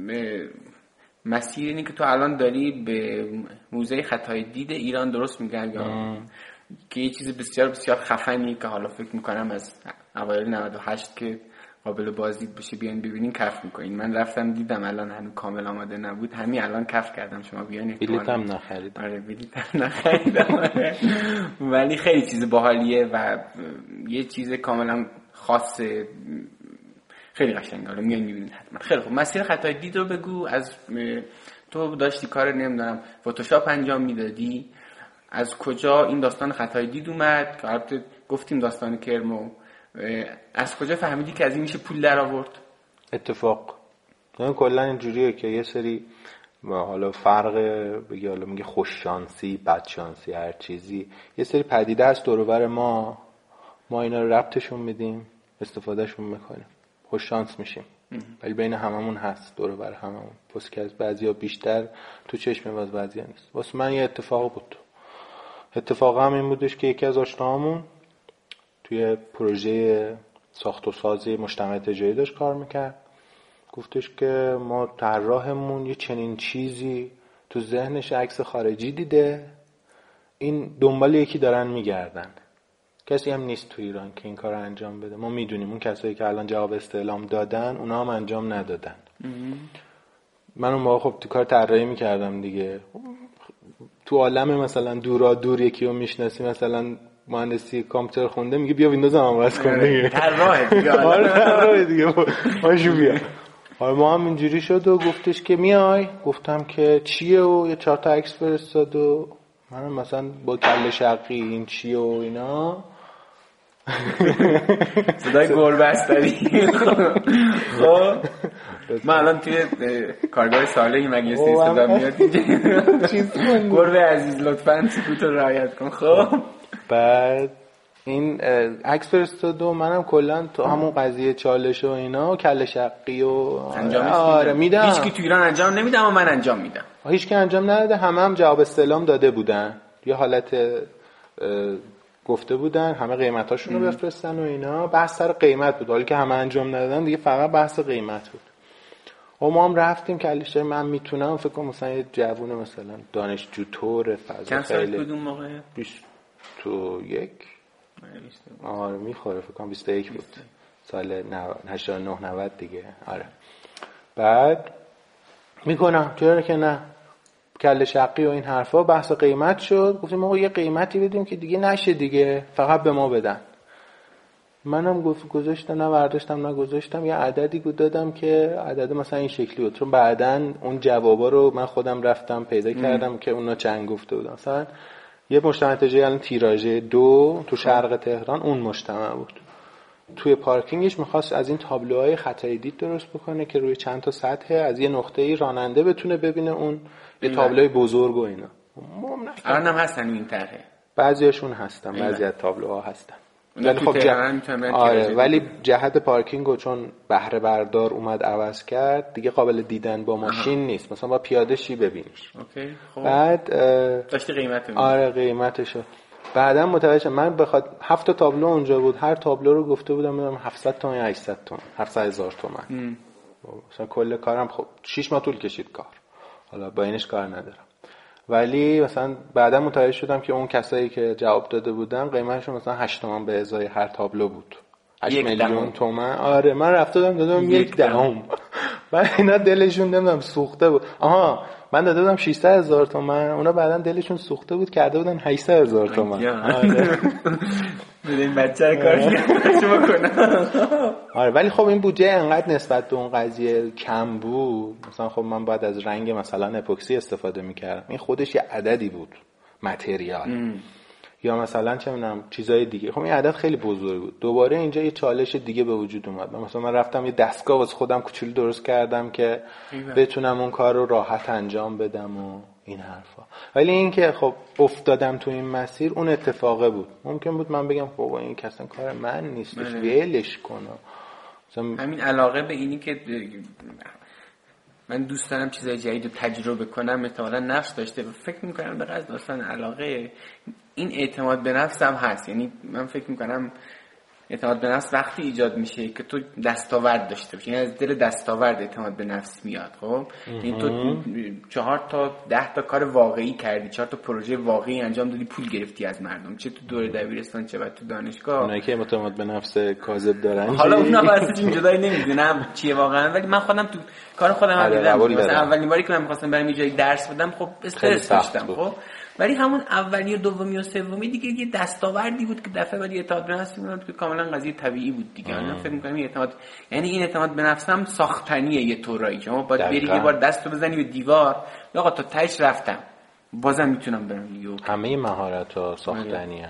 مسیر اینی که تو الان داری به موزه خطای دید ایران، درست میگم یا که یه چیز بسیار بسیار خفنی که حالا فکر میکنم از اوایل نود و هشت که قابل بازدید بشه بیان ببینین کف میکنین. من رفتم دیدم، الان هنوز کامل آماده نبود، همین الان کف کردم. شما بیان بلیطم نخریدم. آره بلیطم نخریدم. ولی خیلی چیز باحالیه و یه چیز کاملا خاصه، خیلی قشنگه. حالا میان میبینید حتما. خیلی خوب. مسیر خطای دید رو بگو. از تو داشتی کار نمیدونم فتوشاپ انجام میدادی، از کجا این داستان خطای دید اومد؟ که البته گفتیم داستان کرمو، از کجا فهمیدی که از این میشه پول در آورد؟ اتفاق. یعنی کلا اینجوریه که یه سری حالا فرق بگی، حالا میگه خوش شانسی، بد شانسی، هر چیزی، یه سری پدیده هست دور و بر ما، ما اینا رو ربطشون میدیم، استفادهشون میکنیم، خوش شانس میشیم. ولی بین هممون هست، دور و بر هممون. پس که از بعضیا بیشتر تو چشم باز بعضیا نیست. واسه من یه اتفاق بود. اتفاق هم این بودش که یکی از آشناهامون توی پروژه ساخت و ساز مجتمع تجاری داشت کار میکرد. گفتش که ما طراحمون یه چنین چیزی تو ذهنش عکس خارجی دیده، این دنبال یکی دارن میگردن. کسی هم نیست تو ایران که این کار رو انجام بده. ما میدونیم اون کسایی که الان جواب استعلام دادن اونا هم انجام ندادن. من اون موقع خب تو کار طراحی میکردم دیگه. تو عالم مثلا دورا دور یکی رو میشناسی، مثلا مهندسی کامپیوتر خونده، میگه بیا ویندوز هم عوض کن دیگه. طراح دیگه. آره طراح دیگه. ماشو بیا. حالا ما هم اینجوری شد و گفتش که میای. گفتم که چیه و یه چهار تا عکس فرستاد و منم مثلا با کله شقی این چیه و اینا صدای گربه است داری. خب من الان توی کارگاه سالهی مگه یه سری صدا میاد گربه عزیز لطفاً سکوت رو رعایت کن. خب بعد این عکس فرستاد و منم کلا تو همون قضیه چالش و اینا کله شقی و انجام آره میدم. هیچ کی تو ایران انجام نمیدم و من انجام میدم. هیچ کی انجام نداده، همه هم جواب استعلام داده بودن، یه حالت گفته بودن همه قیمتاشون رو بفرستن و اینا. بحث سر قیمت بود، حالی که همه انجام ندادن دیگه، فقط بحث قیمت بود. ما هم رفتیم کلش من میتونم فکر کنم مثلا یه جوونه مثلا دانشجو طور فضا چند سال بود اون موقع؟ بیست و یک آره میخوره فکر کنم بیست و یک بود سال هشتاد و نه نود دیگه. آره بعد میکنم چرا که نه کله شقی و این حرفا بحث قیمت شد. گفتیم آقا یه قیمتی بدیم که دیگه نشه دیگه فقط به ما بدن. منم گفت گذاشتم نه برداشتم نه گذاشتم یه عددی بود دادم که عدد مثلا این شکلی بود چون بعدن اون جوابا رو من خودم رفتم پیدا کردم ام. که اونا چند گفته بودن. مثلا یه مجتمع تجاری الان تیراژ دو تو شرق تهران اون مجتمع بود. توی پارکینگش می‌خواست از این تابلوهای خطای دید درست بکنه که روی چند تا سطح از یه نقطه‌ای راننده بتونه ببینه اون یه تابلوی بزرگ و اینا. الانم هستن این طرحه. بعضیاشون هستن، بعضی از تابلوها هستن. ولی خب جه... آره ولی جهت پارکینگو چون بهره بردار اومد عوض کرد دیگه قابل دیدن با ماشین آها. نیست. مثلا با پیاده شی ببینیش. اوکی خب. بعد داشتی قیمت می‌گفت. آره قیمتشو. بعدم متوجه شدم من بخواد هفت تا تابلو اونجا بود هر تابلو رو گفته بودم بدم هفتصد تومن یا هشتصد تومن هفتصد هزار تومن. مثلا کل کارم خب شش ماه طول کشید کار. حالا با اینش کار ندارم. ولی مثلا بعدا متوجه شدم که اون کسایی که جواب داده بودن قیمتشون مثلا هشت تومن به ازای هر تابلو بود. هشت میلیون تومن. آره من رفته دادم دادم یک دهم. بعد اینا دلشون نمیدونم سوخته بود. آها من داده بودم ششصد هزار تومن اونا بعدن دلشون سوخته بود کرده بودن هشتصد هزار تومن. آره ببین بچه کار شما کنه. آره ولی خب این بودجه انقدر نسبت به اون قضیه کم بود. مثلا خب من باید از رنگ مثلا اپوکسی استفاده میکردم. این خودش یه عددی بود متریال ام. یا مثلا چه میدونم چیزای دیگه. خب این عدد خیلی بزرگ بود. دوباره اینجا یه چالش دیگه به وجود اومد. مثلا من رفتم یه دستگاه واسه خودم کوچولو درست کردم که بتونم اون کار رو راحت انجام بدم و این حرفا. ولی این که خب افتادم تو این مسیر اون اتفاقه بود. ممکن بود من بگم خب این اصلا کار من نیستش ولش کنم. همین علاقه به اینی که من دوست دارم چیزای جدید رو تجربه کنم احتمالاً نفس داشته و فکر میکنم به قصد اصلا علاقه این اعتماد به نفس هم هست. یعنی من فکر میکنم اعتماد به نفس وقتی ایجاد میشه که تو دستاورد داشته باشی. یعنی از دل دستاورد اعتماد به نفس میاد. خب این تو چهار تا ده تا کار واقعی کردی، چهار تا پروژه واقعی انجام دادی، پول گرفتی از مردم، چه تو دوره دبیرستان چه بعد تو دانشگاه. اونایی که اعتماد به نفس کاذب دارن حالا اونا واسه این جدایی نمیدونم چیه واقعا، ولی من خودم تو کار خودم هم دیدم. مثلا اولین باری که من می‌خواستم برم یه جایی درس بدم خب استرس داشتم. خب ولی همون اولی و دومی و سومی دیگه یه دستاوردی بود که دفعه بعد اعتماد به نفس میاد که کاملا قضیه طبیعی بود دیگه. من فکر می‌کنم اعتماد یعنی این اعتماد به نفس هم ساختنیه یه طورایی. شما باید بری یه بار دستو بزنی به دیوار آقا تا تهش رفتم بازم میتونم برم دیگه. همه مهارت‌ها ساختنیه.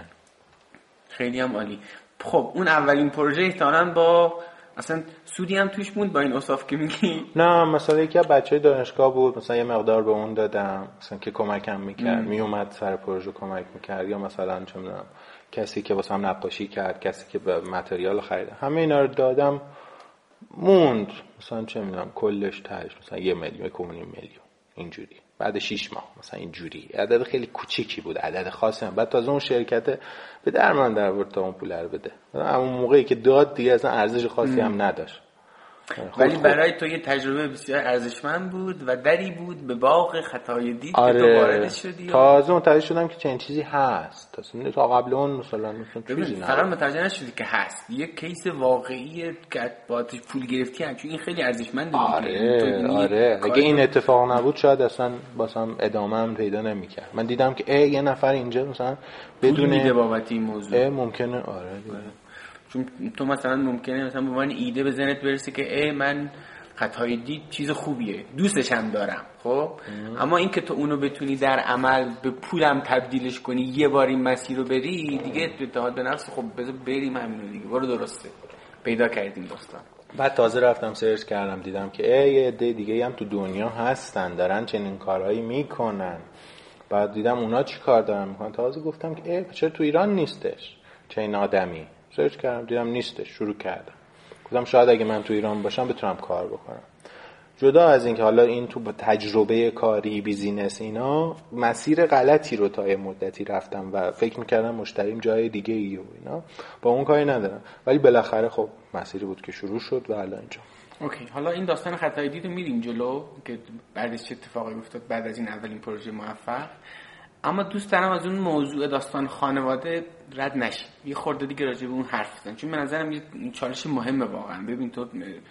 خیلی هم عالی. خب اون اولین پروژه احتمالاً با اصلا سودی هم توش موند با این اوصاف که میگی؟ نه مثلا یکی از بچهای دانشگاه بود مثلا یه مقدار به اون دادم مثلا که کمکم میکرد میومد سر پروژه کمک میکرد یا مثلا چه میدونم کسی که واسم نقاشی کرد کسی که به متریال خرید همه اینا رو دادم موند مثلا چه میدونم کلش تهش مثلا یه میلیون یک میلیون اینجوری بعد شش ماه مثلا اینجوری. عدد خیلی کوچیکی بود عدد خاصی هم. بعد تازه اون شرکت به درمان در آورد تا اون پول رو بده. اون موقعی که داد دیگه اصلا ارزش خاصی ام. هم نداشت. ولی برای تو یه تجربه بسیار ارزشمند بود و دری بود به باغ خطای دید آره. که تو وارد شدی. تازه متوجه شدم که چنین چیزی هست. اصلا تا قبل اون مثلا چیزی نه. فقط متوجه نشدی که هست. یه کیس واقعی که باتش پول گرفتی هم چون این خیلی ارزشمنده. آره آره. اگه این اتفاق نبود شاید اصلا واسم ادامه هم پیدا نمی‌کرد. من دیدم که ای یه نفر اینجا مثلا بدون میده بابت این موضوع. ممکنه آره. چون تو مثلا ممکنه مثلا به من ایده به ذهنت برسه که ای من خطای دید چیز خوبیه دوستش هم دارم خب اما این که تو اونو بتونی در عمل به پولم تبدیلش کنی یه بار این مسیر رو بری دیگه اعتماد به نفس خب بذار بریم همینو دیگه برو درسته پیدا کردیم دوستان. بعد تازه رفتم سرچ کردم دیدم که ای یه عده دیگه هم تو دنیا هستن دارن چنین کارهایی میکنن. بعد دیدم اونا چی کار دارن میکنن. تازه گفتم که ای چرا تو ایران نیستش چنین آدمی. سرچ کردم دیدم نیستش شروع کردم. گفتم شاید اگه من تو ایران باشم بتونم کار بکنم. جدا از این که حالا این تو با تجربه کاری بیزینس اینا مسیر غلطی رو تا یه مدتی رفتم و فکر میکردم مشتریم جای دیگه ای و اینا با اون کاری ندارم ولی بالاخره خب مسیری بود که شروع شد و الان اینجا. اوکی، حالا این داستان خطای دید رو میریم جلو که بعدش چه اتفاقی افتاد بعد از این اولین پروژه موفق. اما دوست دارم از اون موضوع داستان خانواده رد نشیم، یه خورده دیگه راجع به اون حرف بزنیم، چون به نظرم یه چالش مهمه واقعا. ببین تو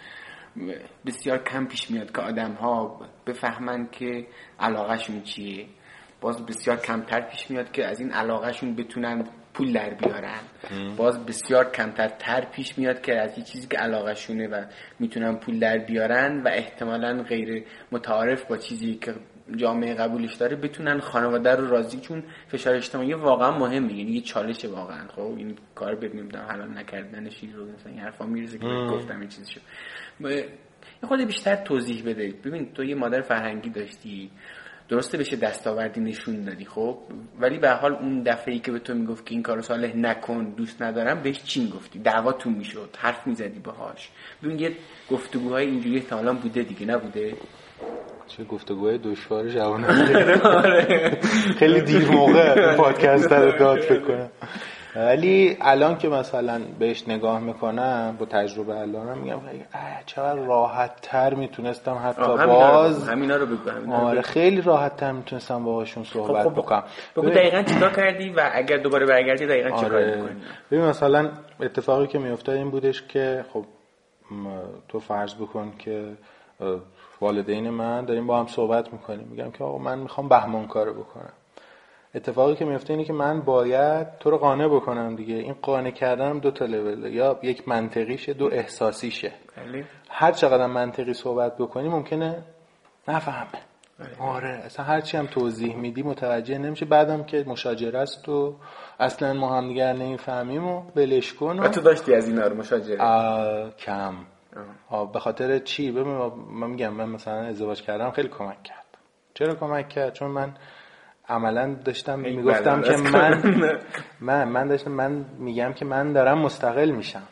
بسیار کم پیش میاد که آدم‌ها بفهمن که علاقه‌شون چیه، باز بسیار کمتر پیش میاد که از این علاقه‌شون بتونن پول در بیارن، باز بسیار کمتر تر پیش میاد که از این چیزی که علاقه شونه و میتونن پول در بیارن و احتمالاً غیر متعارف با چیزی که جامعه قبولش داره بتونن خانواده رو راضی، چون فشار اجتماعی واقعا مهمه، یعنی یه چالشه واقعا. خب این کار بد نمیدونم حلال نکردنش رو مثلا این حرفا میرزه که گفتم این چیزشو یه خود بیشتر توضیح بده. ببین تو یه مادر فرهنگی داشتی، درسته بشه دستاوردی نشون دادی خب، ولی به حال اون دفعه‌ای که به تو میگفت که این کارو صالح نکن، دوست ندارم، بهش چی میگفتی؟ دعواتون میشد، حرف میزدی باهاش. ببین یه گفتگوهای اینجوری احتمالاً بوده دیگه، نبوده؟ چه گفتگوهای دشوار جوانانه. خیلی دیر موقع پادکست رو داد فکر کنم. ولی الان که مثلا بهش نگاه میکنم با تجربه الانم میگم چقدر راحت تر میتونستم حتی باز همینا رو بگم. آره خیلی راحت تر میتونستم باهاشون صحبت خب بکنم. بگو دقیقاً چیکار کردی و اگر دوباره برگردی دقیقاً چه کار آره. میکنی؟ ببین مثلا اتفاقی که میافتاد این بودش که خب تو فرض بکن که والدین من داریم با هم صحبت میکنیم، میگم که آقا من میخوام بهمان کارو بکنم. اتفاقی که میفته اینه که من باید تو رو قانع بکنم دیگه. این قانع کردنم دو تا لوله، یا یک منطقیشه، دو احساسیشه. بله. هر چقدر منطقی صحبت بکنی ممکنه نفهمه. آره اصلا هر چی هم توضیح میدی متوجه نمیشه، بعدم که مشاجره است و اصلا ما هم دیگر نمیفهمیم و بلش کن. و تو داشتی از اینا رو مشاجره؟ کم. آه. به خاطر چی؟ ببین من میگم من مثلا ازدواج کردم خیلی کمک کرد. چرا کمک کرد؟ چون من عملا داشتم میگفتم که من من من داشتم من میگم که من دارم مستقل میشم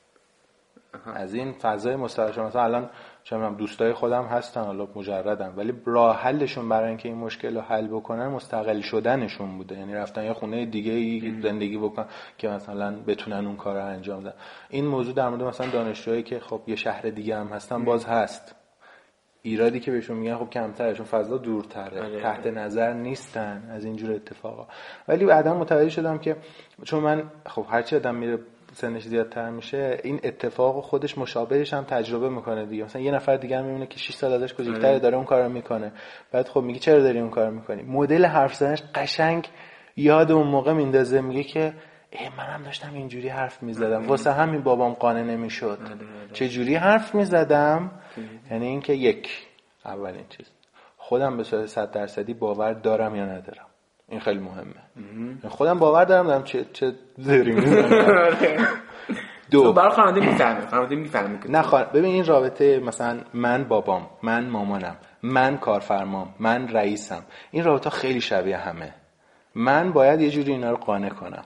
از این فضای مستقل. مثلا الان چون دوستای خودم هستن حالا مجردم، ولی راه حلشون برای اینکه این مشکل رو حل بکنن مستقل شدنشون بوده، یعنی رفتن یه خونه دیگه ای زندگی بکنن که مثلا بتونن اون کار رو انجام بدن. این موضوع در مورد مثلا دانشجوهایی که خب یه شهر دیگه هم هستن باز هست. ایرادی که بهشون میگن خب کمتره چون فضا دورتره، آره. تحت نظر نیستن از اینجور اتفاقا. ولی بعدا متوجه شدم که چون من خب هرچی آدم میره سنش زیادتر میشه این اتفاق خودش مشابهش هم تجربه میکنه دیگه. مثلا یه نفر دیگه هم میبینه که شش سال ازش کوچیک‌تره داره اون کارو میکنه، بعد خب میگه چرا داری اون کارو میکنی؟ مدل حرف زدنش قشنگ یاد اون موقع میندازه، میگه که ای منم داشتم اینجوری حرف میزدم واسه همین بابام قانع نمیشد. چه جوری حرف میزدم؟ یعنی اینکه یک اولین چیز خودم به صورت صد درصدی باور دارم یا ندارم، این خیلی مهمه. خودم باور دارم دارم چه چه زری میزنم. دو برای خانواده میفهمه، خانواده میفهمه که نه خان... ببین این رابطه مثلا من بابام، من مامانم، من کارفرمام، من رئیسم، این رابطه خیلی شبیه همه. من باید یه جوری اینا رو قانع کنم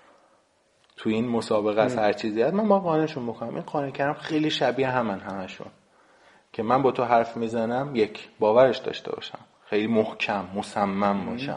تو این مسابقه از هر چیزی هست من با قانعشون بکنم. این قانع کردم خیلی شبیه همن همشون که من با تو حرف میزنم یک باورش داشته باشم، خیلی محکم مصمم باشم.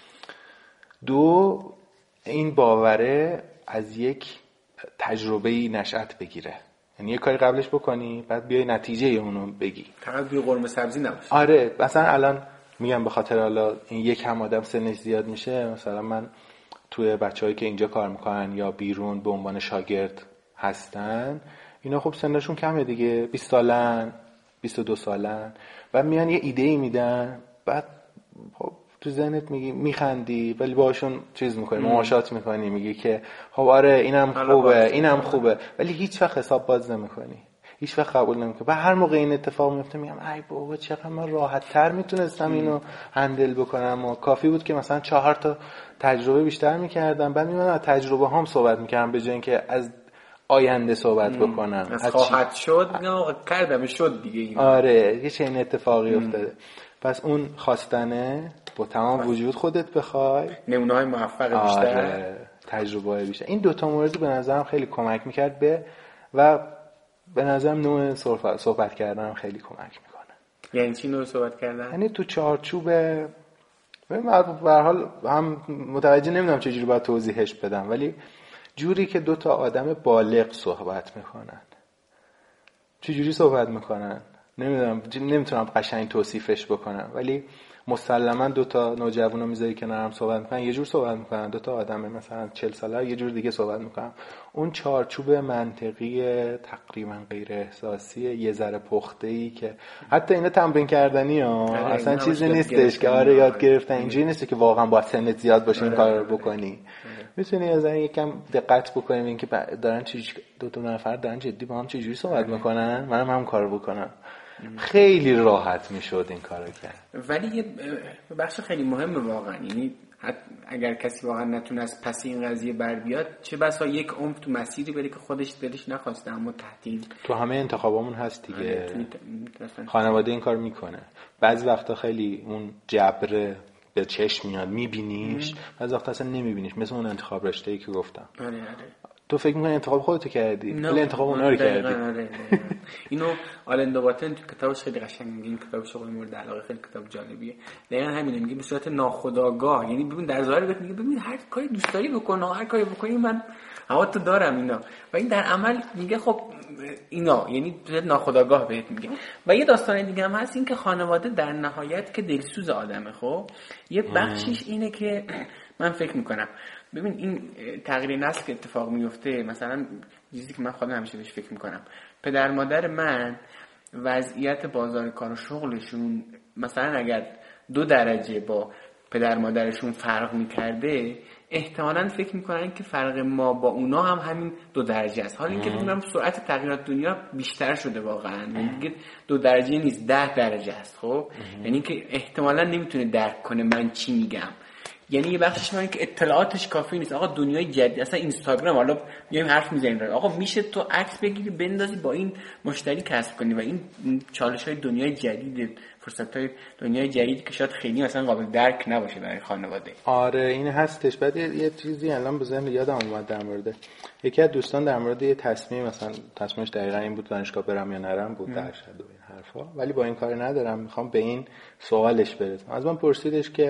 دو این باوره از یک تجربه‌ای نشأت بگیره، یعنی یه کاری قبلش بکنی بعد بیای نتیجه اونو بگی، فقط بی قرمه سبزی نباشه. آره مثلا الان میگم به خاطر حالا این یک هم آدم سنش زیاد میشه، مثلا من توی بچه‌هایی که اینجا کار میکنن یا بیرون به عنوان شاگرد هستن اینا خب سنشون کمه دیگه، بیست سالن بیست و دو سالن و میان یه ایده ای میدن، بعد خب تو ذهنت میگی میخندی ولی باشون چیز میکنی مماشات میکنی، میگی که خب آره اینم خوبه اینم خوبه، ولی هیچ وقت حساب باز نمیکنی، هیچ وقت قبول نمیکنی. و هر موقع این اتفاق میفته میگم ای بابا چقدر من راحت تر میتونستم اینو هندل بکنم و کافی بود که مثلا چهار تا تجربه بیشتر میکردم، بعد میمونم از تجربه هام صحبت میکردم به جای اینکه از آینده صحبت بکنم از خواهد شد میگم کردم شد دیگه این. آره یه چنین اتفاقی ام. افتاده. پس اون خواستنه با تمام وجود خودت بخوای نمونه‌های موفق بیشتر، آره تجربه‌های بیشتر، این دو تا مورد به نظرم خیلی کمک میکرد به و به نظرم نوع صحبت, صحبت کردن خیلی کمک میکنه. یعنی چی نوع صحبت کردن؟ یعنی تو چارچوب به هر حال هم متوجه نمیدونم چجوری باید توضیحش بدم، ولی جوری که دو تا آدم بالغ صحبت میکنن چجوری صحبت میکنن نمیدونم، نمیتونم قشنگ توصیفش بکنم، ولی مسلما دو تا نوجوانو میذاری کنارم صحبت میکنن یه جور صحبت میکنن، دو تا آدم مثلا چهل ساله یه جور دیگه صحبت میکنن. اون چارچوب منطقی تقریبا غیر احساسی یه ذره پخته‌ای که حتی اینا تمرین کردنی ها اصلا چیزی نیستش که آره یاد گرفتن، اینجوری نیست که واقعا با سنت زیاد باشه این کارو بکنی. میتونی از این یکم دقت بکنیم اینکه دارن چه دو تا نفر دارن جدی با هم چه جوری صحبت میکنن، منم هم کارو بکنم. خیلی راحت میشد این کارو کرد. ولی یه بخش خیلی مهمه واقعا، یعنی اگر کسی واقعا نتونه از پس این قضیه بر بیاد، چه بسا یک عمر تو مسیری بره که خودش دلش نخواسته اما تحتیل تو همه انتخابامون هست دیگه. خانواده این کار میکنه. بعضی وقتا خیلی اون جبر به چشم میاد میبینیش، بعضی وقتا اصلا نمیبینیش، مثل اون انتخاب رشته‌ای که گفتم. آره آره. تو فکر می‌کنی انتخاب خودت کردی ولی انتخاب اونها رو کردی. آره. اینو آلن دوباتن تو کتابش خیلی قشنگ میگه، این کتاب شغل مورد علاقه خیلی کتاب جالبیه. دقیقاً همینه، میگه به صورت ناخودآگاه، یعنی ببین در ظاهر بهت میگه ببین هر کاری دوست داری بکن، هر کاری بکنی من هوا تو دارم اینا، و این در عمل میگه خب اینا، یعنی به صورت ناخودآگاه بهت میگه. و یه داستان دیگه هم هست، این که خانواده در نهایت که دلسوز آدمه. خب یه بخشش اینه که من فکر میکنم ببین این تغییر نسل که اتفاق میفته، مثلا چیزی که من خودم همیشه بهش فکر میکنم، پدر مادر من وضعیت بازار کار و شغلشون مثلا اگر دو درجه با پدر مادرشون فرق میکرده، احتمالاً فکر میکنن که فرق ما با اونا هم همین دو درجه است. حالا اینکه میگم سرعت تغییرات دنیا بیشتر شده واقعا، دیگه دو درجه نیست، ده درجه است. خب یعنی که احتمالاً نمیتونه درک کنه من چی میگم. یعنی یه بخشش اینه که اطلاعاتش کافی نیست. آقا دنیای جدید، اصلا اینستاگرام، حالا میایم حرف میزنیم آقا میشه تو عکس بگیری بندازی با این مشتری کسب کنی، و این چالش‌های دنیای جدید، فرصت‌های دنیای جدید که شاید خیلی مثلا قابل درک نباشه برای خانواده. آره این هستش. بعد یه چیزی الان به ذهن یادم اومد در مورد یکی از دوستان در مورد یه تصمیم، مثلا تصمیمش دقیقاً این بود دانشگاه برم یا نرم بود، درصد و این حرفا، ولی با این کار ندارم، میخوام به این سوالش برسم. از من پرسیدش که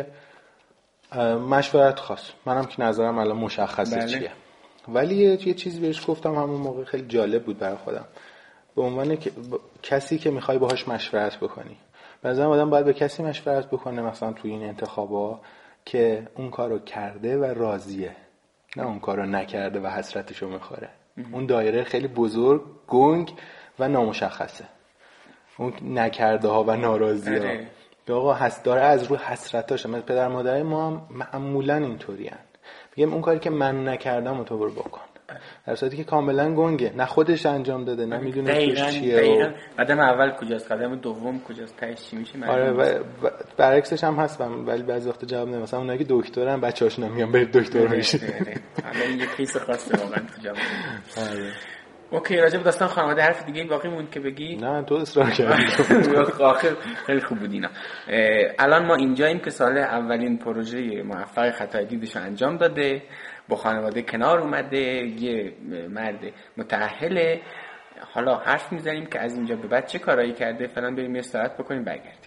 مشورت خواست، منم که نظرم الان مشخصه بله. چیه، ولی یه چیزی بهش گفتم همون موقع خیلی جالب بود برای خودم، به عنوان ب... کسی که میخوای باهاش مشورت بکنی، به نظرم آدم باید به کسی مشورت بکنه مثلا توی این انتخابا که اون کارو کرده و راضیه، نه اون کارو نکرده و حسرتشو میخوره. اون دایره خیلی بزرگ، گنگ و نامشخصه، اون نکرده ها و ناراضی ها. آقا هست داره از رو حسرتاشه. مثلا پدر مادر ما هم معمولا اینطوری ان، میگم اون کاری که من نکردم تو برو بکن، در صورتی که کاملا گنگه، نه خودش انجام داده نه میدونه توش چیه و قدم اول کجاست، قدم دوم کجاست، تهش چی میشه. آره و برعکسش هم هست، ولی بعضی وقت جواب نمیدن. مثلا اونایی که دکترن بچه‌هاشون میگن برید دکتر بشید. الان یه کیس خاصه واقعا تو جواب. آره اوکی، راجع به داستان خانواده حرف دیگه باقی موند که بگی؟ نه تو اصرار کردی. آخر خیلی خوب بود اینا. الان ما اینجاییم که سال اولین پروژه موفق خطای دیدش انجام داده، با خانواده کنار اومده، یه مرد متأهله. حالا حرف میزنیم که از اینجا به بعد چه کارایی کرده. فعلا بریم یه استراحت بکنیم برگردیم.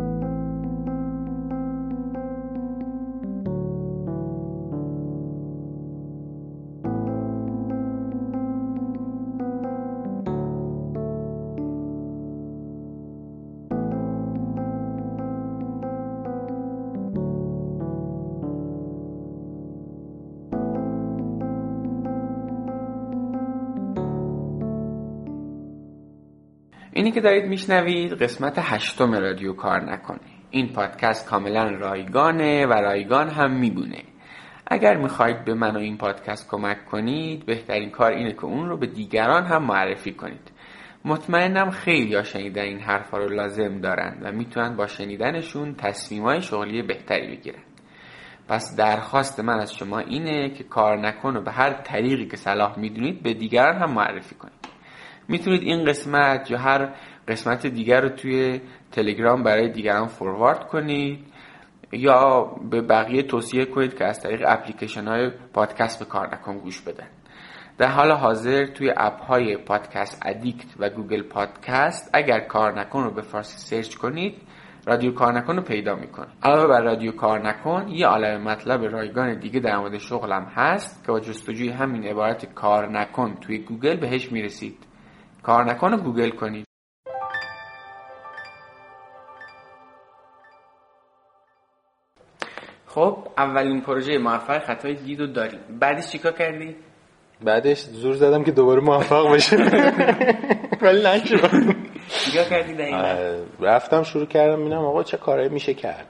اینی که دارید میشنوید قسمت هشتم رادیو کار نکنه. این پادکست کاملا رایگانه و رایگان هم میبونه. اگر میخواید به من و این پادکست کمک کنید، بهترین کار اینه که اون رو به دیگران هم معرفی کنید. مطمئنم خیلی ها شنیدن این حرفا رو لازم دارن و میتونن با شنیدنشون تصمیمای شغلی بهتری بگیرن. پس درخواست من از شما اینه که کار نکن و به هر طریقی که صلاح میدونید به دیگران هم معرفی کنید. میتونید این قسمت یا هر قسمت دیگر رو توی تلگرام برای دیگران فوروارد کنید یا به بقیه توصیه کنید که از طریق اپلیکیشن های پادکست به کار نکن گوش بدن. در حال حاضر توی اپ های پادکست ادیکت و گوگل پادکست اگر کار نکن رو به فارسی سرچ کنید، رادیو کار نکن رو پیدا میکنید. علاوه بر رادیو کار نکن، یه عالمه مطلب رایگان دیگه در مورد شغلم هست که با جستجوی همین عبارت کار نکن توی گوگل بهش میرسید. کار نکن رو گوگل کنید. خب اولین پروژه موفق خطای دیدو داریم. بعدش چیکار کردی؟ بعدش زور زدم که دوباره موفق بشه ولی نشد. چیکار کردی دقیقاً؟ رفتم شروع کردم ببینم آقا چه کارایی میشه کرد،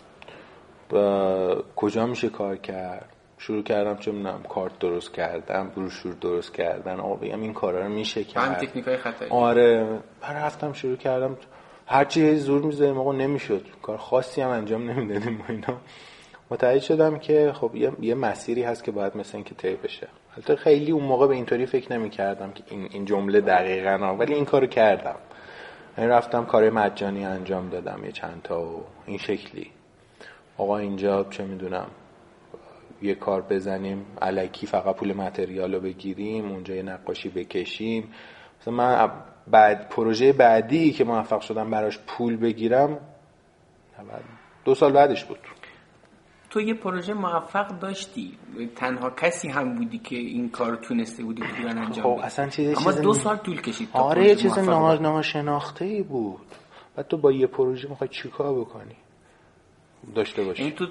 با کجا میشه کار کرد. شروع کردم چه میدونم کارت درست کردم، بروشور درست کردن، آقا بگم این کارا رو میشه کرد. هم تکنیکای خطایی. آره بعد رفتم شروع کردم هر چی زور می‌زدیم آقا نمیشد، کار خاصی هم انجام نمیدادیم و اینا. متوجه شدم که خب یه, یه مسیری هست که باید مثلا اینکه طی بشه. البته خیلی اون موقع به اینطوری فکر نمی‌کردم که این این جمله دقیقاً، ولی این کارو کردم. یعنی رفتم کار مجانی انجام دادم یه چند تا و این شکلی. آقا اینجا چه میدونم یه کار بزنیم الکی فقط پول متریالو بگیریم، اونجا یه نقاشی بکشیم. مثلا من بعد پروژه بعدی که موفق شدم براش پول بگیرم دو سال بعدش بود. تو یه پروژه موفق داشتی، تنها کسی هم بودی که این کار تونسته بودی پولن انجام بدی. اصلا چیز اما دو سال طول کشید. آره یه چیز ناشناخته‌ای بود. بعد تو با یه پروژه میخوای چیکار بکنی؟ داشته باشی. این تو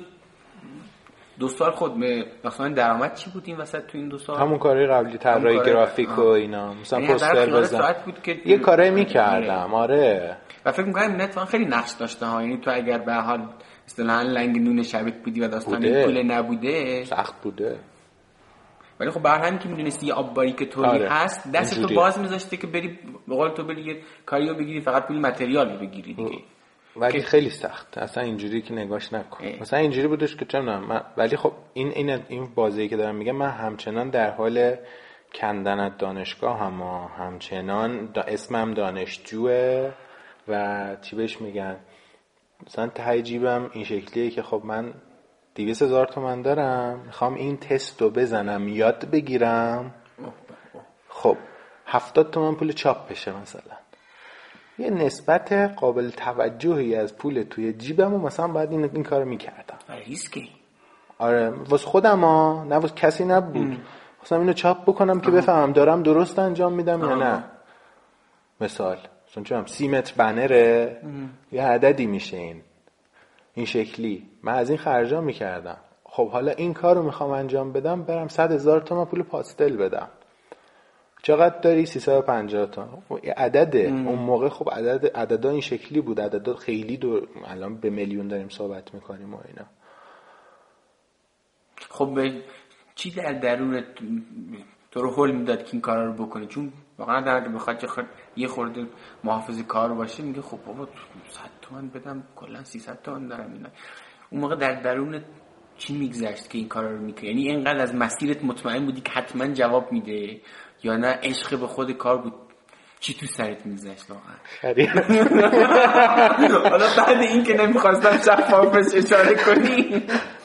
دو سال خود مثلا درآمد چی بود این وسط تو این دو سال؟ همون کارهای قبلی، طراحی گرافیک و اینا، مثلا پوستر بزن. یه کارایی می‌کردم. آره. و فکر می‌کنم نت خیلی نقش داشته ها. یعنی تو اگر به حال اصطلاحاً لنگ نون شبک بودی و داستان پول نبوده، سخت بوده. ولی خب بر همین که می‌دونستی یه آب باریک طوری آره. هست، دست تو باز می‌ذاشته که بری به قول تو بری یه کاریو بگیری، فقط پول متریال بگیری دیگه. ولی خیلی سخت، اصلا اینجوری که نگاش نکن. اه. مثلا اینجوری بودش که چه می‌دونم من، ولی خب این این این بازی که دارم میگم، من همچنان در حال کندن از دانشگاه هم همچنان دا اسمم دانشجوه و چی بهش میگن، مثلا ته جیبم این شکلیه که خب من دویست هزار تومان دارم، میخوام این تست رو بزنم یاد بگیرم، خب هفتاد تومان پول چاپ بشه مثلا. یه نسبت قابل توجهی از پول توی جیبم و مثلا باید این این کارو میکردم. ریسکی. آره واسه خودم ها، نه واسه کسی نبود. خواستم اینو چاپ بکنم آه. که بفهمم دارم درست انجام میدم آه. یا نه. مثال مثلا چون سی متر بنره یه عددی میشه این این شکلی، من از این خرجا میکردم. خب حالا این کارو میخوام انجام بدم، برم صد هزار تومان پول پاستل بدم. چقدر داری؟ سیصد و پنجاه تومان. عدده اون موقع خب عدد عددا این شکلی بود، عددا خیلی دو... الان به میلیون داریم صحبت میکنیم و اینا. خب چی در درون تو رو هول میداد که این کارا رو بکنی؟ چون واقعا در بخواد یه خورده محافظه کار باشه میگه خب بابا صد تومان بدم کلا سیصد تومان دارم اینا. اون موقع در درون چی میگذشت که این کارا رو میکنی؟ یعنی اینقدر از مسیرت مطمئن بودی که حتما جواب میده یا نه عشق به خود کار بود؟ چی تو سرت میگذشت واقعا؟ حالا بعد این که نمیخواستم شفافش اشاره کنی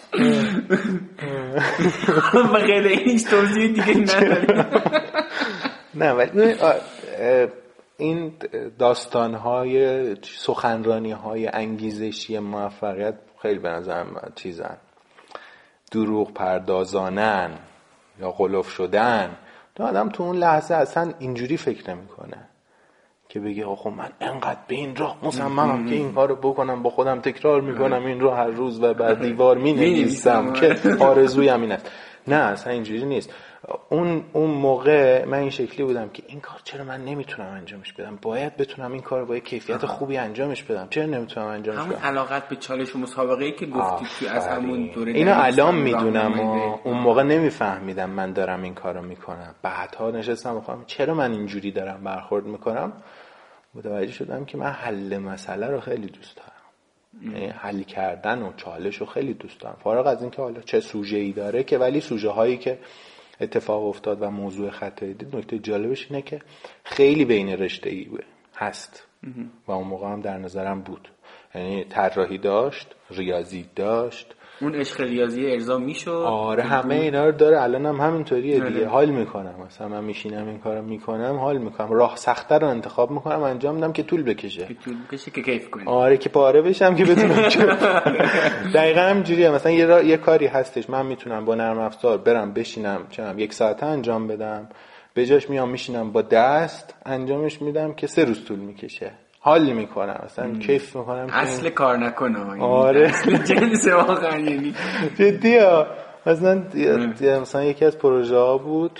و غیر اینش توضیح دیگه نداری. نه ولی این داستان‌های سخنرانی‌های انگیزشی موفقیت خیلی به نظرم چیزن، دروغ پردازانن یا غلوف شدن. تو آدم تو اون لحظه اصلا اینجوری فکر نمی‌کنه که بگه آخه من انقدر به این راه مصممم که این کارو بکنم، با خودم تکرار میکنم این رو هر روز و بر دیوار مینویسم که آرزویم این است. نه اصلا اینجوری نیست. اون اون موقع من این شکلی بودم که این کار چرا من نمیتونم انجامش بدم، باید بتونم این کارو با کیفیت خوبی انجامش بدم، چرا نمیتونم انجامش بدم. همون علاقت به چالش و مسابقه‌ای که گفتی تو از همون دوره اینو الان میدونم و اون موقع نمیفهمیدم من دارم این کارو میکنم. بعدها نشستم گفتم چرا من اینجوری دارم برخورد میکنم، متوجه شدم که من حل مسئله رو خیلی دوست دارم. یعنی حل کردن و چالش رو خیلی دوست دارم، فارغ از اینکه حالا چه سوژه‌ای داره که، ولی سوژه هایی که اتفاق افتاد و موضوع خطایی دید، نکته جالبش اینه که خیلی بین رشته‌ای هست و اون موقع هم در نظرم بود. یعنی طراحی داشت، ریاضی داشت، اون عشق ریاضی ارضا میشد. آره همه اینا رو داره. الان هم همینطوریه دیگه. حال میکنم مثلا من میشینم این کارو میکنم، حال میکنم، راه سخته رو انتخاب میکنم انجام بدم که طول بکشه، که طول بکشه که کیف کنی. آره که پاره بشم که بتونم. دقیقاً همینجوریه. مثلا یه را... یه کاری هستش من میتونم با نرم افزار برم بشینم چنم یک ساعته انجام بدم، به جاش میام میشینم با دست انجامش میدم که سه روز طول میکشه. حال میکنم اصلا ام. کیف میکنم. اصل کار نکنه. آره اصل جنس واقعا یعنی جدی ها. مثلا مثلا یکی از پروژه ها بود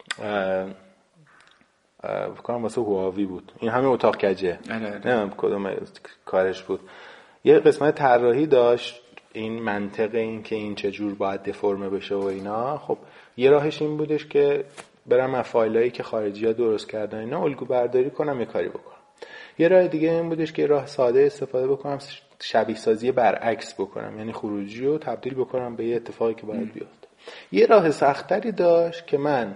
بکنم واسه هواوی بود، این همه اتاق کجه نمیم کدوم کارش بود. یه قسمت طراحی داشت، این منطقه این که این چجور باید دفرمه بشه و اینا. خب یه راهش این بودش که برم از فایلایی که خارجی ها درست کردن اینا الگو برداری کنم یه کاری بکنم. یه راه دیگه این بودش که راه ساده استفاده بکنم، شبیه سازی برعکس بکنم، یعنی خروجی رو تبدیل بکنم به یه اتفاقی که باید بیفته. یه راه سخت‌تری داشت که من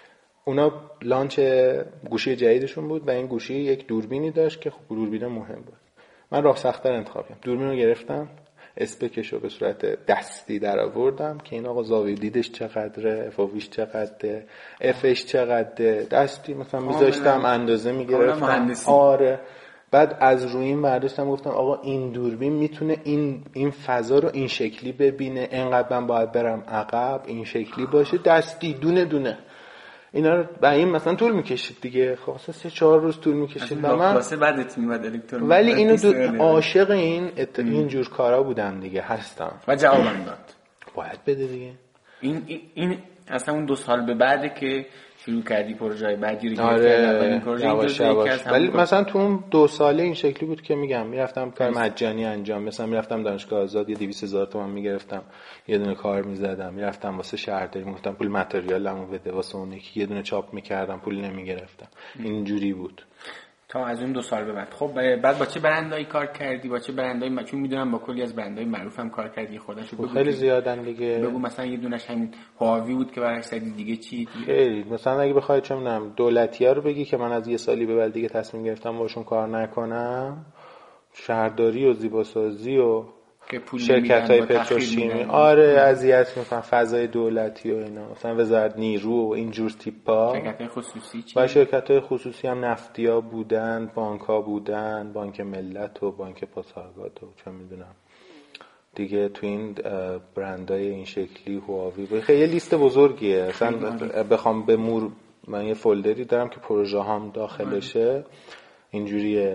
اونا لانچ گوشی جدیدشون بود و این گوشی یک دوربینی داشت که خب دوربین مهم بود. من راه سخت‌تر انتخاب کردم، دوربین رو گرفتم، اسپکش رو به صورت دستی در آوردم که این آقا زاویه دیدش چقدره، افویش چقدره، افش چقدره، دستی مثلا میذاشتم اندازه میگرفتم. آره بعد از روی این برداشتم گفتم آقا این دوربین میتونه این این فضا رو این شکلی ببینه، اینقدر من باید برم عقب، این شکلی باشه، دستی دونه دونه اینا رو. با این مثلا طول میکشید دیگه، خلاص سه چهار روز طول میکشید و من واسه بعدت میاد الکترون. ولی اینو دو عاشق این ات... این جور کارا بودم دیگه، هستم و جوابم داد. باید بده دیگه. این این, این اصلا اون دو سال به بعده که شروع کردی پروژه بعدی رو گرفتی. آره پروژه یواش یواش. ولی مثلا تو اون دو ساله این شکلی بود که میگم میرفتم کار مجانی انجام، مثلا میرفتم دانشگاه آزاد یه دویست هزار تومان میگرفتم یه دونه کار میزدم، میرفتم واسه شهرداری میگفتم پول متریالمو بده، واسه اون یکی یه دونه چاپ میکردم پول نمیگرفتم. اینجوری بود تا از اون دو سال به بعد. خب بعد با چه برندایی کار کردی؟ با چه برندایی؟ چون میدونم با کلی از برندهای معروف هم کار کردی، خودشو بگو. خیلی زیادن دیگه. بگو مثلا یه دونش همین هواوی بود که برعکس دیگه چی؟ خیلی مثلا اگه بخوای چه میدونم دولتی‌ها رو بگی که من از یه سالی به بعد دیگه تصمیم گرفتم باشون کار نکنم، شهرداری و زیباسازی و شرکت‌های پتروشیمی، آره اذیت میکنن، فضای دولتی و اینا، مثلا وزارت نیرو و اینجور تیپا. شرکت‌های خصوصی چی؟ و شرکت‌های خصوصی هم نفتیا بودن، بانک‌ها بودن، بانک ملت و بانک پاسارگاد و چه میدونم دیگه. تو این برندهای این شکلی هواوی خیلی لیست بزرگیه. مثلا بخوام به مور من یه فولدری دارم که پروژه هام داخلشه، اینجوریه،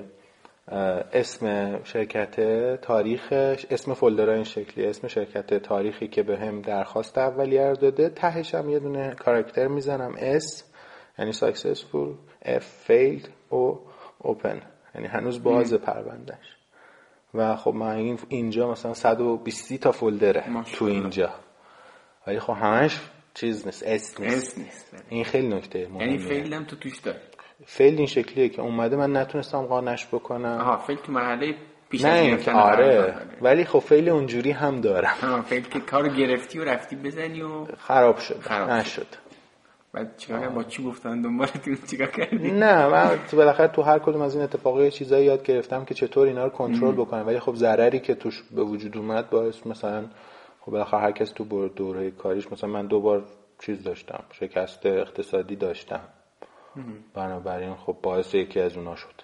اسم شرکت، تاریخش، اسم فولدرها این شکلی، اسم شرکت، تاریخی که به هم درخواست اولیه رو داده، تهش هم یه دونه کاراکتر میزنم اس یعنی successful، F failed، O open یعنی هنوز باز پروندهش. و خب من اینجا مثلا صد و بیست تا فولدره تو اینجا، ولی خب همش چیز نیست، اس نیست. این خیلی نکته مهمه. یعنی فیل هم تو توش داره. فیل این شکلیه که اومده من نتونستم قانعش بکنم. آها فیل تو مرحله پیش از گرفتن. آره ولی خب فیل اونجوری هم دارم. آها فیل که کارو گرفتی و رفتی بزنی و خراب شد، خراب نشد. بعد چیکار با چی گفتن دنبالتون چیکار کردی؟ نه من بالاخره تو هر کدوم از این اتفاقا یه چیزایی یاد گرفتم که چطور اینا رو کنترل بکنم، ولی خب ضرری که توش به وجود اومد باعث مثلا خب بالاخره هر کس تو دوره کاریش، مثلا من دو بار چیز داشتم، شکست اقتصادی داشتم، بنابراین خب باعث یکی از اونا شد.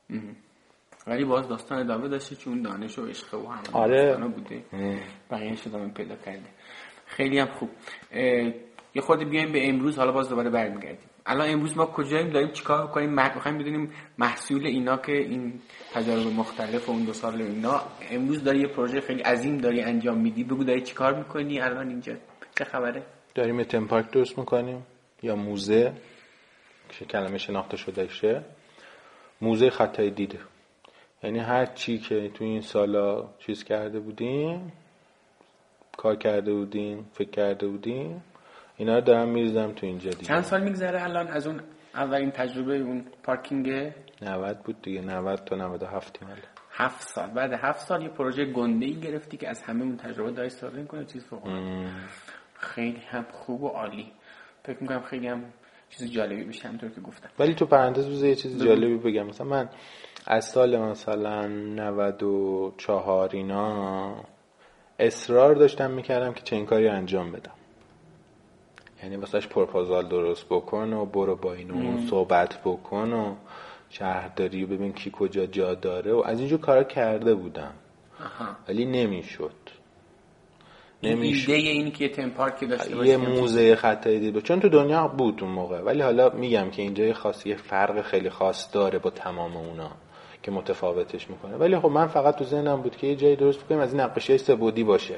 ولی باز داستان ادامه داشته چون دانش و عشق و همه آره. داستانا بوده، بقیه‌اش ادامه پیدا کرده. خیلی هم خوب. یه خورده بیایم به امروز، حالا باز دوباره برمیگردیم. الان امروز ما کجاییم، داریم چیکار می‌کنیم؟ می‌خوایم بدونیم محصول اینا که این تجارب مختلف و اون دو سال اینا، امروز داری یه پروژه خیلی عظیم داری انجام میدی، بگو داری چیکار می‌کنی الان اینجا، چه خبره؟ داریم یه تم پارک درست می‌کنیم یا موزه که کلمه شناخته شده شه، موزه خطای دیده. یعنی هر چی که تو این سالا چیز کرده بودیم، کار کرده بودیم، فکر کرده بودیم، اینا رو دارم میریزم تو اینجا دیگه. چند سال میگذره الان از اون اولین تجربه اون پارکینگ؟ نود بود دیگه، نود تا نود و هفت مال. هفت سال. بعد هفت سال یه پروژه گنده‌ای گرفتی که از همه اون تجربه داری استفاده کنی، چیز فوق العاده. خیلی هم خوب و عالی. فکر می‌کنم خیلی هم چیز جالبی بشه همونطور که گفتم. ولی تو پرانتز بذار یه چیز جالبی بگم. مثلا من از سال مثلا نود و چهار اینا اصرار داشتم میکردم که چنین کاری انجام بدم، یعنی واسهش پروپوزال درست بکن و برو با اینو صحبت بکن و شهرداری ببین کی کجا جا داره و از اینجور کارا کرده بودم. آها. ولی نمیشد. نمیشه. ایده اینی که تم پارک داشته باشه یه موزه خطای دید، چون تو دنیا بود اون موقع، ولی حالا میگم که اینجا یه خاصی یه فرق خیلی خاص داره با تمام اونا که متفاوتش میکنه. ولی خب من فقط تو ذهنم بود که یه جایی درست بکنیم از این نقاشی سه بعدی باشه،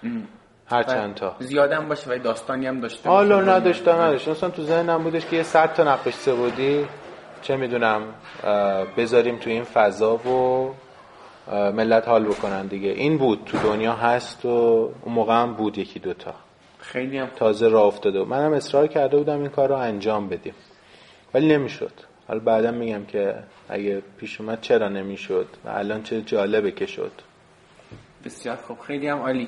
هر چند تا زیادم باشه ولی داستانی هم داشته باشه. حالا نداشته نداشته مثلا تو ذهنم بودش که یه صد تا نقاشی سه بعدی چه میدونم بذاریم تو این فضا و ملت حال بکنن دیگه. این بود تو دنیا هست و اون موقع هم بود یکی دوتا، خیلی هم تازه راه افتاده. منم اصرار کرده بودم این کار رو انجام بدیم ولی نمیشد. حالا بعدم میگم که اگه پیش اومد چرا نمیشد و الان چه جالبه که شد. بسیار خوب، خیلی هم عالی.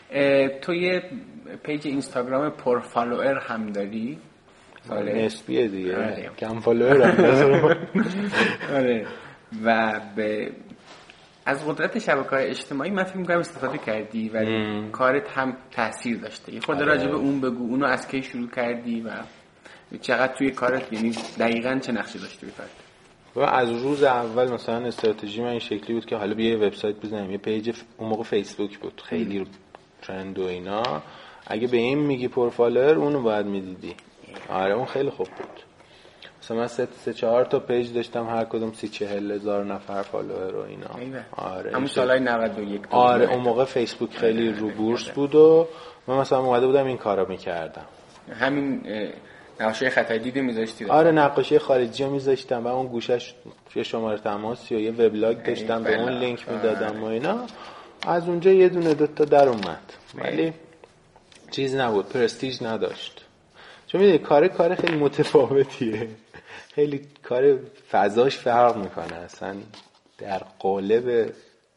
تو یه پیج اینستاگرام پر فالوور هم داری؟ آره نسبیه دیگه، آره. کم فالوور هم آره. و به از قدرت شبکه‌های اجتماعی من فکر می‌کنم استفاده کردی ولی ام. کارت هم تاثیر داشته. یه خورده راجع به اون بگو، اونو از کی شروع کردی و چقدر توی کارت، یعنی دقیقاً چه نقشی داشته به کارت؟ و از روز اول مثلا استراتژی من این شکلی بود که حالا بیا یه وبسایت بزنیم، یه پیج اون موقع فیسبوک بود خیلی ترند و اینا، اگه به این میگی پروفایلر اونو باید میدیدی. آره اون خیلی خوب بود. مثلا من سه سه چهار تا پیج داشتم، هر کدوم سی چهل هزار نفر فالوور و اینا. آره همون سالای نود و یک. آره اون موقع فیسبوک خیلی رو بورس بود و من مثلا اومده بودم این کارا میکردم. همین نقاشی خطای دیده میذاشتی؟ آره نقاشی خارجی رو میذاشتم و اون گوشش یه شماره تماسی و یه وبلاگ داشتم به اون لینک میدادم و اینا. از اونجا یه دونه دوتا در اومد ولی چیز نبود، پرستیژ نداشت. چون میدونی کار کار خیلی متفاوتیه، خیلی کار فضاش فرق میکنه اصلا در قالب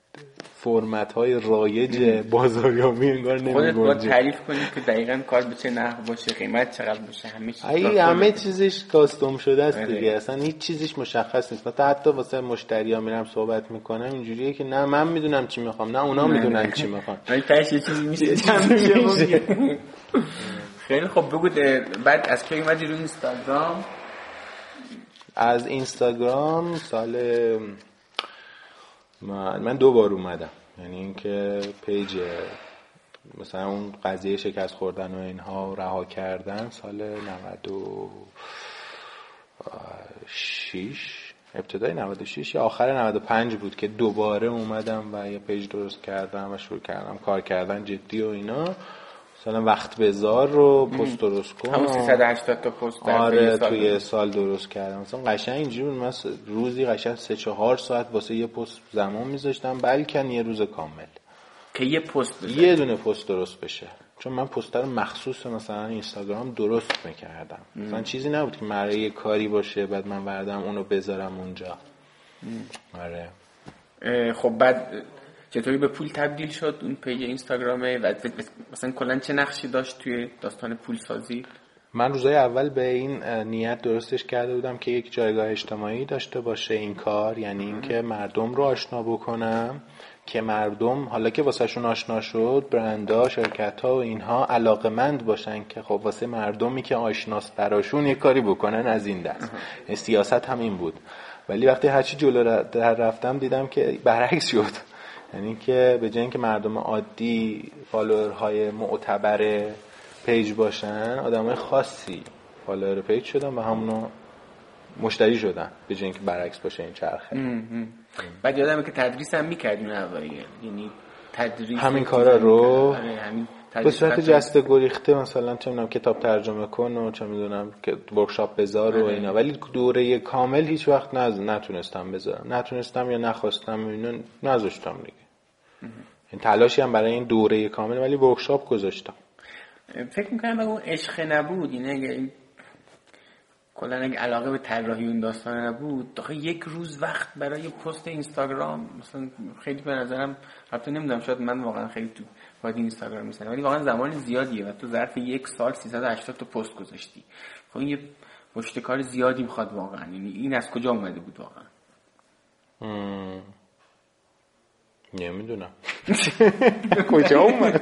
فرمت های رایج بازاریابی انگار نمیگنجه. خودت باید تعریف کنی که دقیقاً کار به چه نحو باشه، قیمت چقدر باشه، همه چیز ای همه چیزش کاستوم شده است دیگه، اصلا هیچ چیزیش مشخص نیست. مثلا حتی واسه مشتریا میرم صحبت میکنم اینجوریه که نه من میدونم چی میخوام نه اونا میدونن چی میخوان، ولی تاش یه چیزی میشه. خیلی خب بگو بعد از کی اومدی رو اینستاگرام؟ از اینستاگرام سال من, من دو بار اومدم، یعنی اینکه پیج مثلا اون قضیه شکست خوردن و اینها رها کردن سال نود و شش، ابتدای نود و شش یا آخر نود و پنج بود که دوباره اومدم و یه پیج درست کردم و شروع کردم کار کردن جدی و اینا. مثلا وقت بذار رو پست درست کنم، همون سیصد و هشتاد تا پست در آره سال توی سال درست کردم. مثلا قشنگ اینجوری بود من روزی قشنگ سه چهار ساعت واسه یه پست زمان میذاشتم، بلکه یه روز کامل که یه پست بشه. یه دونه پست درست بشه، چون من پستر مخصوص مثلا اینستاگرام درست میکردم. مثلا چیزی نبود که برای یه کاری باشه بعد من بردم اونو بذارم اونجا. آره خب بعد چطوری به پول تبدیل شد اون پیج اینستاگرامه و مثلا کلا چه نقشی داشت توی داستان پول سازی؟ من روزای اول به این نیت درستش کرده بودم که یک جایگاه اجتماعی داشته باشه این کار، یعنی اینکه مردم رو آشنا بکنم که مردم حالا که واسهشون آشنا شد برندها شرکت‌ها و اینها علاقمند باشن که خب واسه مردمی که آشناست براشون یه کاری بکنن از این دست. سیاست هم این بود. ولی وقتی هرچی جلو در رفتم دیدم که برعکس شد، یعنی که به جای اینکه مردم عادی فالوورهای معتبر پیج باشن آدمای خاصی فالوور پیج شدن و همونو مشتری شدن به جای اینکه برعکس باشه این چرخه. بعد یادمه که تدریس هم می‌کردین اوایل، یعنی تدریس همین کارا رو همین به صورت جسته گریخته مثلا چه میدونم کتاب ترجمه کن و چه میدونم که ورکشاپ بذار و اینا، ولی دوره کامل هیچ وقت نز... نتونستم بذارم، نتونستم یا نخواستم اینو نذاشتم دیگه. این تلاشی هم برای این دوره کامل ولی ورکشاپ گذاشتم. فکر می‌کنم اگه اون عشق نبود، یعنی اگه کلا اگه علاقه به طراحی اون داستان نبود، تا یک روز وقت برای پست اینستاگرام مثلا خیلی به نظرم، البته نمیدونم شاید من واقعا خیلی تو وادی اینستاگرام می‌زنم ولی واقعا زمان زیادیه و تو ظرف یک سال سیصد و هشتاد تا پست گذاشتی. خب این یه پشتکار زیادی می‌خواد واقعا. یعنی این از کجا اومده بود واقعا؟ ام... نمیدونم کجا اومد.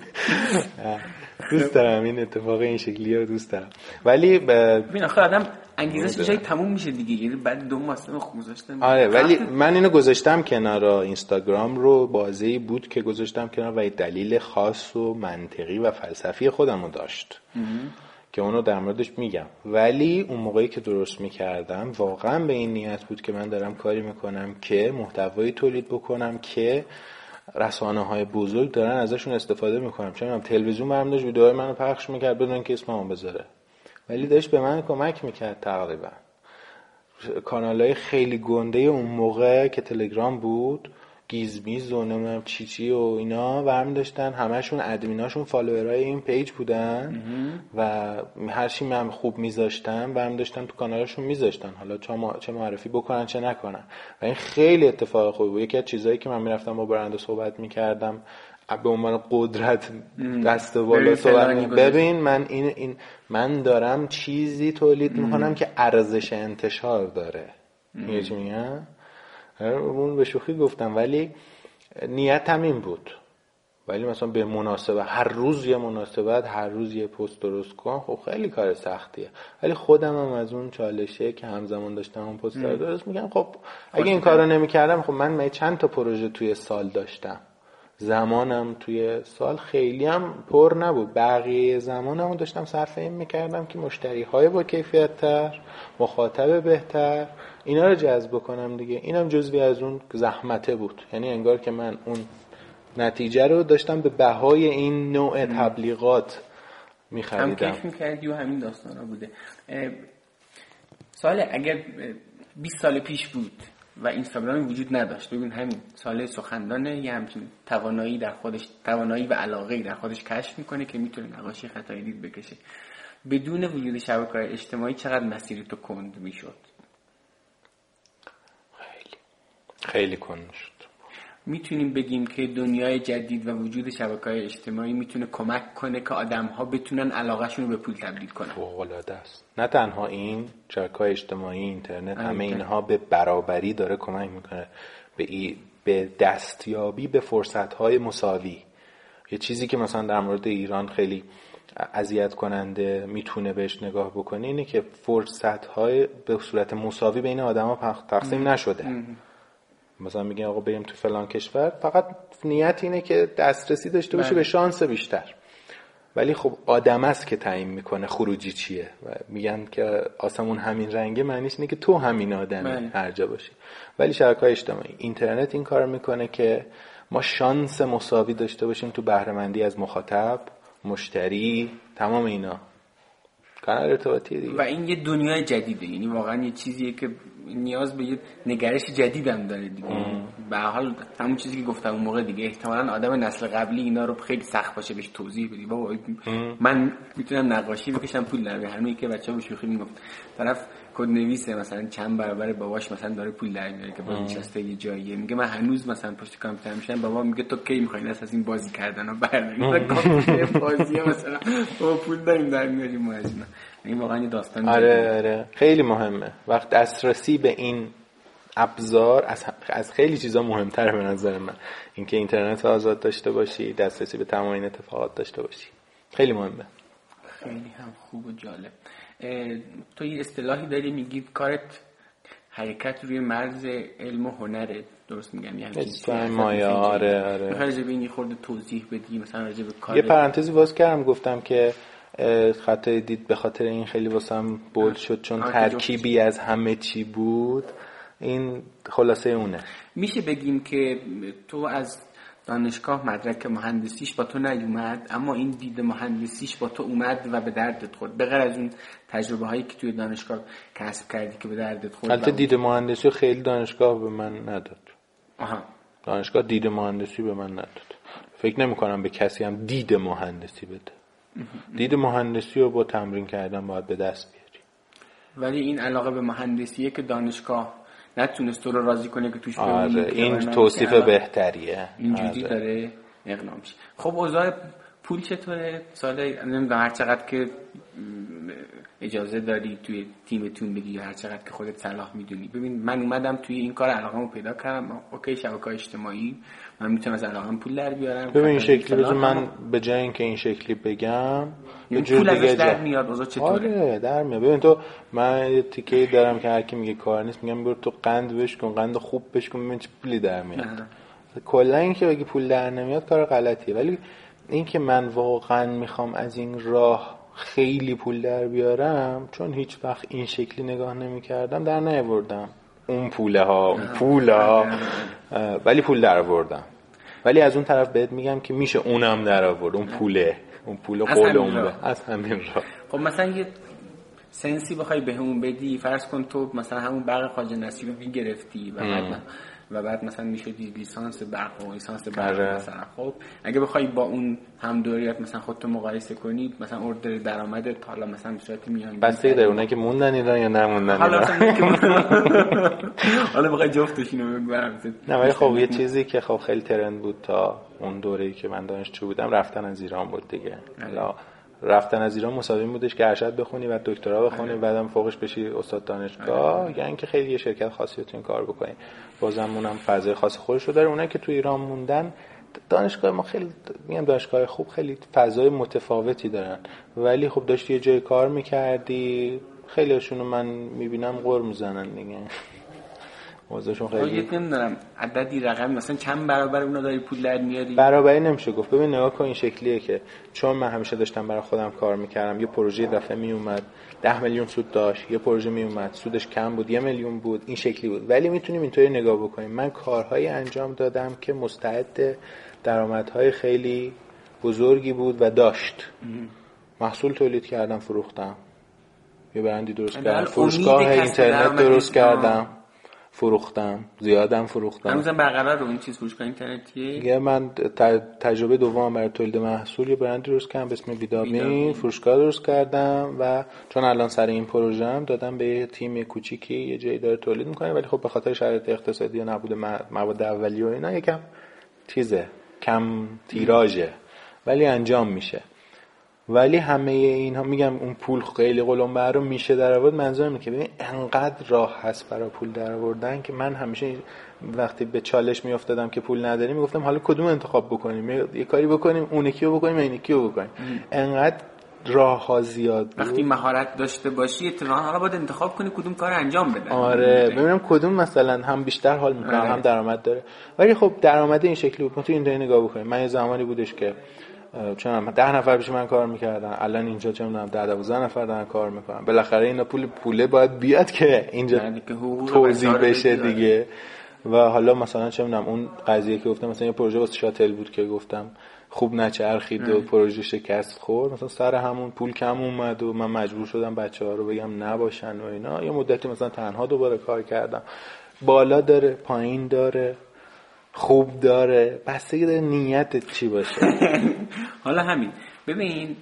دوست دارم این اتفاق این شکلی رو دوست دارم، ولی ببین آخه آدم انگیزش یه جایی تموم میشه دیگه، یعنی بعد دو ماه سه ماه گذاشتم. آره ولی من اینو گذاشتم کنار، اینستاگرام رو بازی بود که گذاشتم کنار و دلیل خاص و منطقی و فلسفی خودم رو داشت که اونو در موردش میگم. ولی اون موقعی که درست میکردم واقعا به این نیت بود که من دارم کاری میکنم که محتوایی تولید بکنم که رسانه های بزرگ دارن ازشون استفاده میکنم. چون من تلویزیون برام داشت ویدیوهای منو پخش میکرد بدون اینکه اسممو بذاره، ولی داشت به من کمک میکرد. تقریبا کانالای خیلی گنده اون موقع که تلگرام بود، گیزمیز و نمیدونم چی چی و اینا برمی داشتن، همشون ادمیناشون فالوورای این پیج بودن و هر چی من خوب میذاشتم برمی داشتن تو کانالشون میذاشتن، حالا چه معرفی بکنن چه نکنن. و این خیلی اتفاق خوبی بود. یکی از چیزایی که من میرفتم با برنده صحبت میکردم به عنوان قدرت دست بالا صحبت، ببین من این این من دارم چیزی تولید میکنم که ارزش انتشار داره. میگه چی میگم؟ اون به شوخی گفتم ولی نیتم این بود. ولی مثلا به مناسبت هر روز یه مناسبت، هر روز یه پست درست کن، خب خیلی کار سختیه. ولی خودم هم از اون چالشه که همزمان داشتم اون پست رو درست میگم. خب اگه این کارو نمیکردم، خب من چند تا پروژه توی سال داشتم، زمانم توی سال خیلی هم پر نبود، بقیه زمانمو داشتم صرف این میکردم که مشتری های با کیفیت تر، مخاطب بهتر، اینا رو جذب کنم دیگه. اینم جزوی از اون زحمته بود. یعنی انگار که من اون نتیجه رو داشتم به بهای این نوع تبلیغات میخریدم. هم کیف میکردی و همین داستان ها بوده. سوال اگر بیست سال پیش بود و اینستاگرام وجود نداشت، ببین همین ساله سخندانه یه همچین توانایی در خودش، توانایی و علاقه‌ای در خودش کشف میکنه که میتونه نقاشی خطای دید بکشه. بدون وجود شبکه‌های اجتماعی چقدر مسیر تو کند میشد؟ خیلی خیلی کند شد. میتونیم بگیم که دنیای جدید و وجود شبکه‌های اجتماعی میتونه کمک کنه که آدم‌ها بتونن علاقه‌شون رو به پول تبدیل کنن. فوق‌العاده است. نه تنها این، شبکه‌های اجتماعی، اینترنت، همه اینها به برابری داره کمک میکنه به ای به دستیابی به فرصت‌های مساوی. یه چیزی که مثلا در مورد ایران خیلی اذیت کننده میتونه بهش نگاه بکنی اینه که فرصت‌های به صورت مساوی بین آدم‌ها تقسیم نشده. مثلا میگن آقا بریم تو فلان کشور، فقط نیت اینه که دسترسی داشته باشی به شانس بیشتر، ولی خب آدم است که تعیین میکنه خروجی چیه. و میگن که آسمون همین رنگه، معنیش اینه که تو همین آدمی هر جا باشی. ولی شبکه‌های اجتماعی، اینترنت این کار میکنه که ما شانس مساوی داشته باشیم تو بهره مندی از مخاطب، مشتری، تمام اینا. کانال ارتباطی دیگه. و این یه دنیای جدیده، یعنی واقعا یه چیزیه که نیاز به یه نگرش جدیدم داره دیگه. به هر حال همون چیزی که گفتم اون موقع دیگه، احتمالاً آدم نسل قبلی اینا رو خیلی سخت باشه بهش توضیح بدی. بابا من میتونم نقاشی بکشم پول در بیارم. همین که بچه‌ها به شوخی میگفت طرف کد نویسه مثلا چند برابر باباش مثلا داره پول در میاره که با نشسته یه جاییه، میگه من هنوز مثلا پشت کامپیوتر میشم، بابا میگه تو کی میخوای از این بازی کردن و برداری کامپیوتر بازی مثلا بابا پول داریم در میاریم ما از اینا. این واقعا داستان آره آره خیلی مهمه. وقت دسترسی به این ابزار از از خیلی چیزا مهمتره به نظر من. اینکه اینترنت آزاد داشته باشی، دسترسی به تمام این اتفاقات داشته باشی، خیلی مهمه. خیلی هم خوب و جالب. تو یه اصطلاحی داری میگی کارت حرکت روی مرز علم و هنره، درست میگم؟ یعنی اسم مایه. آره آره. میخوای راجع به این خورده توضیح بدی؟ مثلا راجع به کار یه پرانتزی باز کردم، گفتم که خطای دید به خاطر این خیلی واسم بولد شد چون ترکیبی از همه چی بود. این خلاصه اونه. میشه بگیم که تو از دانشگاه مدرک مهندسیش با تو نیومد، اما این دید مهندسیش با تو اومد و به دردت خورد، به غیر از اون تجربه هایی که توی دانشگاه کسب کردی که به دردت خورد. البته دید مهندسی خیلی دانشگاه به من نداد. آها. دانشگاه دید مهندسی به من نداد. فکر نمی کنم به کسی هم دید مهندسی بده. دید مهندسی رو با تمرین کردن باید به دست بیاری. ولی این علاقه به مهندسیه که دانشگاه نتونست تو رو راضی کنه که توش بمونی. آره این توصیف بهتریه. اینجوری آره. داره اقناع میشه. خب اوضاع پول چطوره؟ سال نمیدونم هر چقدر که اجازه داری توی تیمتون بگی هر چقدر که خودت صلاح میدونی. ببین من اومدم توی این کار علاقه‌مو پیدا کردم، اوکی شبکه‌های اجتماعی من میتونم از علاقه‌ام پول در بیارم. ببین این شکلی بذار من به جای اینکه این شکلی بگم یه جور دیگه در میاد. اوضاع چطوره؟ آره در میاد. ببین تو من یه تیکه‌ای دارم که هر کی میگه کار نیست میگم برو تو قند بشکن، قند خوب بشکن ببین چه پولی در میاد. کلا اینکه بگی پول در نمیاد کار غلطیه، ولی اینکه من واقعا میخوام از این راه خیلی پول در بیارم چون هیچ وقت این شکلی نگاه نمی‌کردم در نیاوردم اون پوله ها اون پوله ها ولی پول در آوردم. ولی از اون طرف بهت میگم که میشه اونم در آورد، اون پوله اون پول قول عمره از همین راه. خب مثلا یه سنسی بخوای بهمون بدی، فرض کن تو مثلا همون برق خواجه نصیری رو میگرفتی و بعد و بعد مثلا میشدی لیسانس برق و لیسانس برق مثلا. خب اگه بخوای با اون هم دوریت مثلا خودتو مقایسه کنی، مثلا اوردر درآمدت حالا مثلا به صورت میانگین بسته داره اونایی که موندن ایران یا نموندن حالا حالا بخوای جفتش اینو بگم. نه ولی خب یه چیزی که خب خیلی ترند بود تا اون دوره‌ای که من دانشجو بودم رفتن از ایران بود دیگه. حالا رفتن از ایران مساوی بودش که ارشد بخونی و دکترا بخونی بعدم فوقش بشی استاد دانشگاه، یعنی که خیلی یه شرکت خاصی تو این کار بکنی. بازم اونم فضای خاص خودش رو داره. اونایی که تو ایران موندن دانشگاه ما خیلی میگم دانشگاه خوب خیلی فضای متفاوتی دارن، ولی خب داشتی یه جای کار میکردی خیلیشون رو من میبینم غر میزنن دیگه. موضوعشون خیلی نمیدونم عددی رقم مثلا چند برابر اونا داری پول در میاری؟ برابری نمیشه گفت. ببین نگاه کن این شکلیه که چون من همیشه داشتم برای خودم کار میکردم، یه پروژه دفعه میومد ده میلیون سود داشت، یه پروژه میومد سودش کم بود یه میلیون بود، این شکلی بود. ولی میتونیم اینطوری نگاه بکنیم من کارهایی انجام دادم که مستعد درآمدهای خیلی بزرگی بود و داشت. محصول تولید کردم فروختم، یه برندی درست کردم، فروشگاه اینترنت درست کردم فروختم، زیادم فروختم. هنوزم برقرار رو این چیز فروشگاه اینترنتیه. یه من تجربه دوم برای تولید محصول یه برند درست کردم به اسم ویدامین، فروشگاه درست کردم و چون الان سر این پروژه ام دادم به یه تیم کوچیکی یه جایی داره تولید میکنه، ولی خب به خاطر شرایط اقتصادی و نبود مواد اولیه و اینا یکم چیزه کم تیراژه ولی انجام میشه. ولی همه اینها میگم اون پول خیلی قلمبه رو میشه در آورد. منظورم اینه که ببین انقدر راه هست برای پول در آوردن که من همیشه وقتی به چالش میافتادم که پول نداریم میگفتم حالا کدوم انتخاب بکنیم، یه کاری بکنیم اون یکی رو بکنیم این یکی رو بکنیم. انقدر راه ها زیاد بود. وقتی مهارت داشته باشی اتفاقا حالا باید انتخاب کنی کدوم کار انجام بدن. آره ببینم کدوم مثلا هم بیشتر حال میکنه آره. هم درآمد داره. ولی خب درآمد این شکلی بود. ما تو این نگاه بکنیم من یه زمانی بودش که چون ده نفر پیش من کار میکردن، الان اینجا چه میدونم ده دوازده نفر دارن کار میکنن. بالاخره اینا پول پوله باید بیاد که اینجا توزیع بشه دیگه. و حالا مثلا چه میدونم اون قضیه که گفتم مثلا یه پروژه واسه شاتل بود که گفتم خوب نچرخید و پروژه شکست خورد، مثلا سر همون پول کم اومد و من مجبور شدم بچه‌ها رو بگم نباشن و اینا. یه مدتی مثلا تنها دوباره کار کردم. بالا داره پایین داره خوب داره، بستگی داره نیتت چی باشه. حالا همین ببین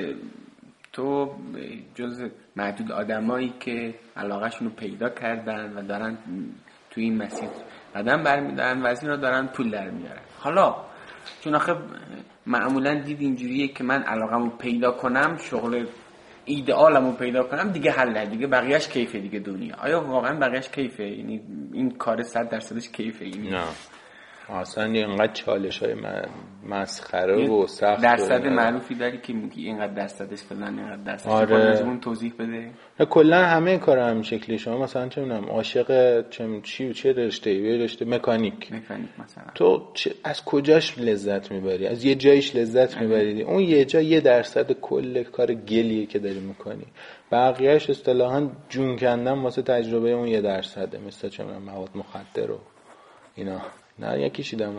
تو جز معدود آدمایی که علاقهشون رو پیدا کردن و دارن تو این مسیر قدم برمیدارن و از این رو دارن پول در میارن. حالا چون آخه معمولا دید اینجوریه که من علاقه‌مو پیدا کنم، شغل ایدئالمو پیدا کنم دیگه حله، دیگه بقیه‌اش کیفه دیگه دنیا. آیا واقعا بقیه‌اش کیفه؟ یعنی این کار صد درصدش کیفه؟ یعنی نه اصلا اینقدر چالش های مسخره و سخت درصد معروفی داری که میگی اینقدر درصدش فلان اینقدر درصدش آره. لازمون توضیح بده. کلا همه کارا همین شکلی. شما مثلا چه میدونم عاشق چه چی چه رشته یه رشته مکانیک مکانیک مثلا تو از کجاش لذت میبری؟ از یه جایش لذت میبری. اون یه جا یه درصد کل کار گلیه که داری میکنی، بقیه‌اش اصطلاحاً جون کندن واسه تجربه اون یه درصده، مثلا چه میدونم مواد مخدر و اینا. نه یکی شیدم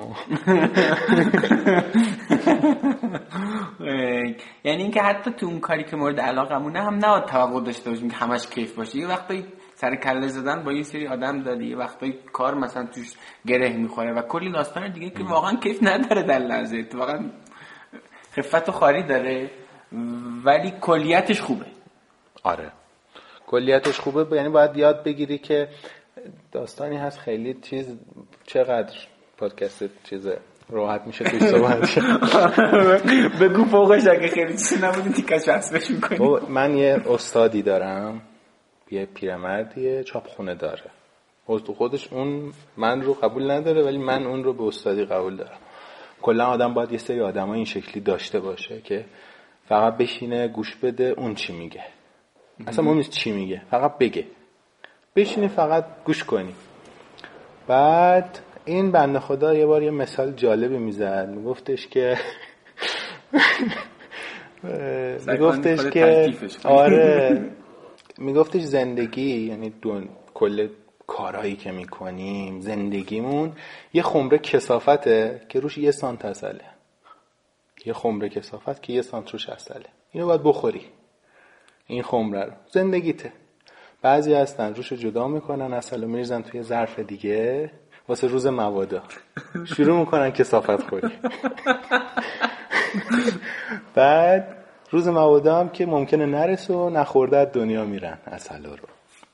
یعنی اینکه حتی تو اون کاری که مورد علاقمونه هم نه توقع داشته باشیم که همش کیف باشه. یه وقتایی سر کله زدن با یه سری آدم داری، یه وقتایی کار مثلا توش گره میخوره و کلی داستان دیگه که واقعا کیف نداره در لحظه، واقعا خفت و خاری داره ولی کلیتش خوبه. آره کلیتش خوبه، یعنی باید یاد بگیری که داستانی هست خیلی چیز. چقدر پادکست چیزه راحت میشه توی صحبت. بگو فوقش اگه خیلی چیزی نبودی تیکش وصلش میکنی. من یه استادی دارم، یه پیرمردیه، چاپخونه داره. خودش اون من رو قبول نداره ولی من اون رو به استادی قبول دارم. کلا آدم باید یه سری آدمای این شکلی داشته باشه که فقط بشینه گوش بده اون چی میگه. اصلا مهم نیست چی میگه، فقط بگه. بشینی فقط گوش کنی. بعد این بنده خدا یه بار یه مثال جالبی میزد، میگفتش که میگفتش که آره میگفتش زندگی یعنی دون کل کارهایی که میکنیم زندگیمون یه خمره کثافته که روش یه سانت عسله. یه خمره کثافت که یه سانت روش عسله. اینو باید بخوری. این خمره رو زندگیته. بعضی هستن روشو جدا میکنن عسل و میریزن توی ظرف دیگه واسه روز مبادا شروع میکنن کثافت خوری. بعد روز مبادا هم که ممکنه نرسه و نخورده از دنیا میرن عسل رو.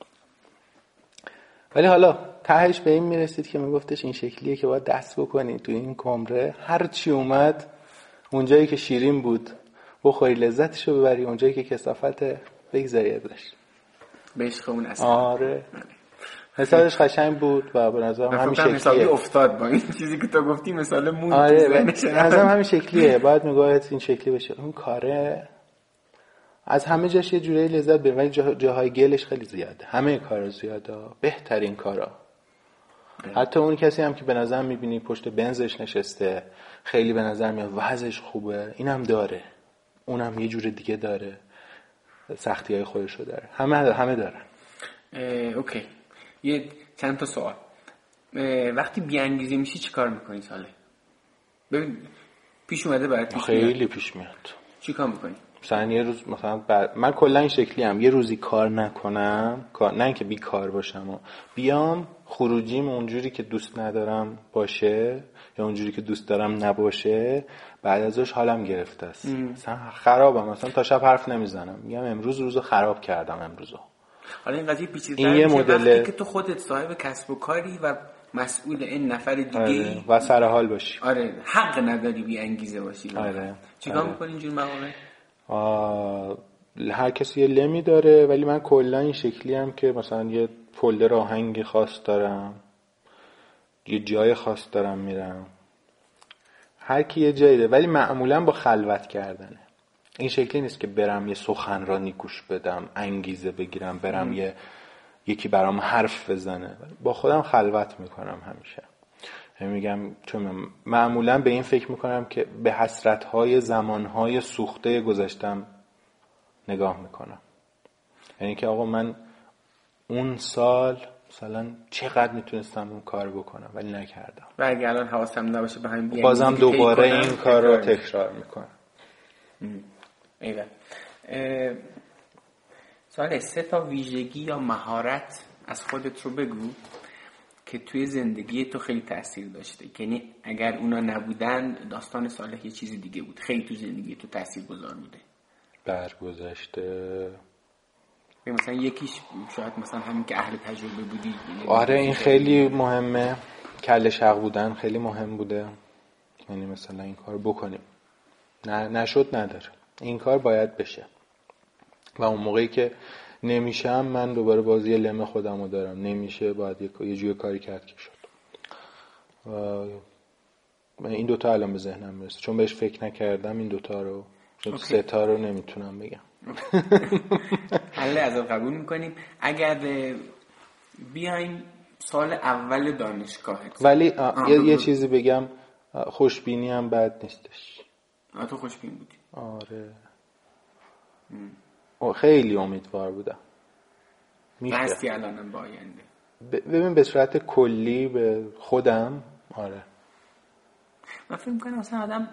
ولی حالا تهش به این میرسید که میگفتش این شکلیه که باید دست بکنی توی این کمره، هر چی اومد اونجایی که شیرین بود بخوری لذتشو ببری، اونجایی که کثافت بگذاری ازش. به عشق اون اصلا. آره مثالش قشنگ بود و به نظرم همین شکلیه. مثالی افتاد با این چیزی که تو گفتی، مثال مون. آره به نظرم همین شکلیه. باید نگاهت این شکلی بشه. اون کاره از همه جاش یه جوری لذت ببری ولی جا جاهای گلش خیلی زیاده. همه کارا زیاده، بهترین کارا. حتی اون کسی هم که به نظر میبینی پشت بنزش نشسته خیلی به نظر میاد وضعش خوبه، اینم داره، اونم یه جور دیگه داره، سختی‌های خودشو داره. همه همه دارن. اوکی. یه چند تا سوال. وقتی بی‌انگیزه میشی چیکار میکنی ساله؟ ببین پیش اومده برات؟ خیلی پیش میاد. چیکار میکنی؟ مثلا یه روز مثلا بر... من کلا این شکلی ام، یه روزی کار نکنم، کار نه اینکه بیکار باشم و بیام خروجیم اونجوری که دوست ندارم باشه یا اونجوری که دوست دارم نباشه، بعد ازش حالم گرفته است. مثلا خرابم، مثلا تا شب حرف نمیزنم، میگم امروز روزو خراب کردم امروزو. حالا این قضیه پیچیده‌تره میشه مدل... وقتی که تو خودت صاحب کسب و کاری و مسئول این نفر دیگه آره. و سر حال باشی. آره حق نداری بی انگیزه باشی. آره. چیکار آره. می‌کنی اینجور مواقع؟ آه... هر کسی یه لمی داره ولی من کلا این شکلی هم که مثلا یه فولدر آهنگ خاص دارم، یه جای خاص دارم میرم، هر کی یه جایی داره ولی معمولا با خلوت کردنه. این شکلی نیست که برم یه سخنرانی گوش بدم انگیزه بگیرم، برم ام. یه یکی برام حرف بزنه. با خودم خلوت میکنم همیشه. میگم چون معمولا به این فکر میکنم که به حسرت‌های زمان‌های سوخته گذشتم نگاه میکنم. یعنی که آقا من اون سال مثلا چقدر میتونستم اون کار بکنم ولی نکردم و اگه الان حواسم نباشه به همین بازم دوباره این کار رو تکرار میکنم. ایوه. سوال سه تا ویژگی یا مهارت از خودت رو بگو که توی زندگی تو خیلی تأثیر داشته، یعنی اگر اونا نبودن داستان صالح یه چیز دیگه بود، خیلی تو زندگی تو تأثیر گذار بوده. برگذشته مثلا یکیش شاید مثلا همین که اهل تجربه بودی. آره این خیلی مهمه. کله شق بودن خیلی مهم بوده. یعنی مثلا این کار بکنیم، نه نشد نداره، این کار باید بشه و اون موقعی که نمیشم من دوباره بازی لم خودمو دارم، نمیشه باید یه جوری کاری کرد که شد. من این دوتا الان به ذهنم میرسه چون بهش فکر نکردم این دوتا رو، چون سه تا رو نمیتونم بگم. حالا از قبول میکنیم. اگر بیایم سال اول دانشگاهت ولی یه, یه چیزی بگم، خوشبینی هم بد نیستش. آه تو خوشبین بودی؟ آره ام. خیلی امیدوار بودم. بستی الانم با آینده. ببین به صورت کلی به خودم آره. من فکر میکنم اصلا آدم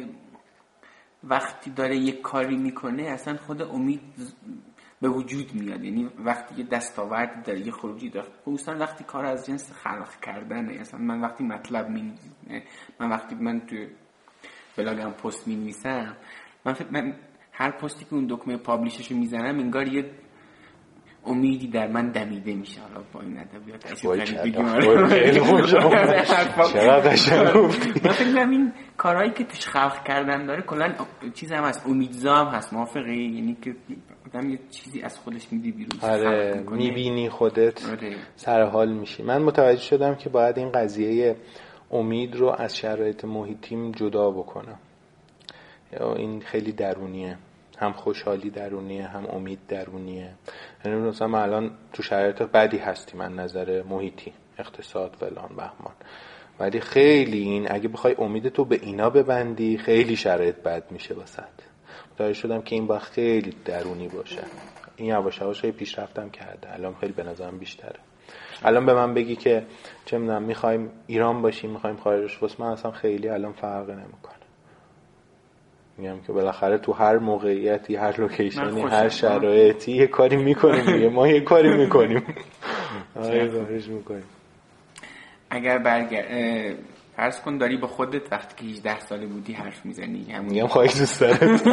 وقتی داره یک کاری میکنه اصلا خود امید به وجود میاد. یعنی وقتی یه دستاوردی داره، یه خروجی داره، خصوصا وقتی کار از جنس خلق کردنه. اصلا من وقتی مطلب مینویسم، من وقتی من تو بلاگم پست مینویسم، من فکر من هر پستی که اون دکمه پابلیششو میزنم انگار یه امیدی در من دمیده میشه. حالا با این ادبیات عجیب خیلی خوب چقدر قشنگ گفتی. من فکر می‌کنم این کارهایی که توش خلق کردن داره کلا چیز هم هست، امیدزا هم هست. موافقی؟ یعنی که آدم یه چیزی از خودش میدی بیرون. آره میبینی خودت سر حال میشی. من متوجه شدم که باید این قضیه امید رو از شرایط محیطیم جدا بکنم. این خیلی درونیه، هم خوشحالی درونیه هم امید درونیه. یعنی مثلا ما الان تو شرایط بدی هستیم من نظر محیطی، اقتصاد فلان بهمان، ولی خیلی این اگه بخوای امیدتو به اینا ببندی خیلی شرایط بد میشه واسط. متوجه شدم که این با خیلی درونی باشه. این یواش یواش خیلی پیشرفتم کرده، الان خیلی به نظرم بیشتره. الان به من بگی که چه میدونم میخوایم ایران باشیم میخوایم خارجش باشیم، من اصلا خیلی الان فرقی نمیکنه. میگم که بالاخره تو هر موقعیتی، هر لوکیشنی، هر شرایطی یه کاری میکنیم دیگه. ما یه کاری میکنیم. آره کارش میکنیم. اگر برگرد فرض کن داری با خودت وقتی که هجده ساله بودی حرف میزنی، میگم خواهی دوست دارت.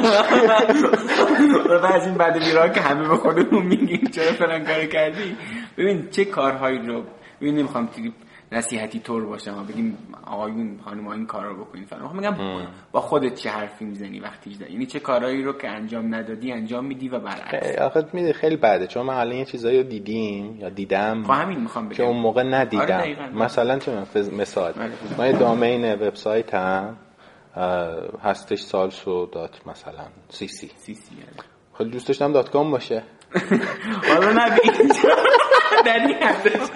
و از این بعد بیراه که همه به خودمون میگیم چرا فلان کارو کردی. ببین چه کارهایی رو، ببین نمیخوام نصیحتی طور باشه ما بگیم آقایون خانم این کارا رو بکنین فلان. میگم با خودت چه حرفی میزنی وقتی هجده، یعنی چه کارهایی رو که انجام ندادی انجام میدی و برعکس. آخه میده خیلی بده، چون من الان یه چیزایی رو دیدیم یا دیدم با همین میخوام بگم که اون موقع ندیدم. آره مثلا چه مثال من یه دامین وبسایتم هستش سالسو دات مثلا سی سی سی سی خیلی دوست داشتم دات کام باشه. حالا نبین در این حدش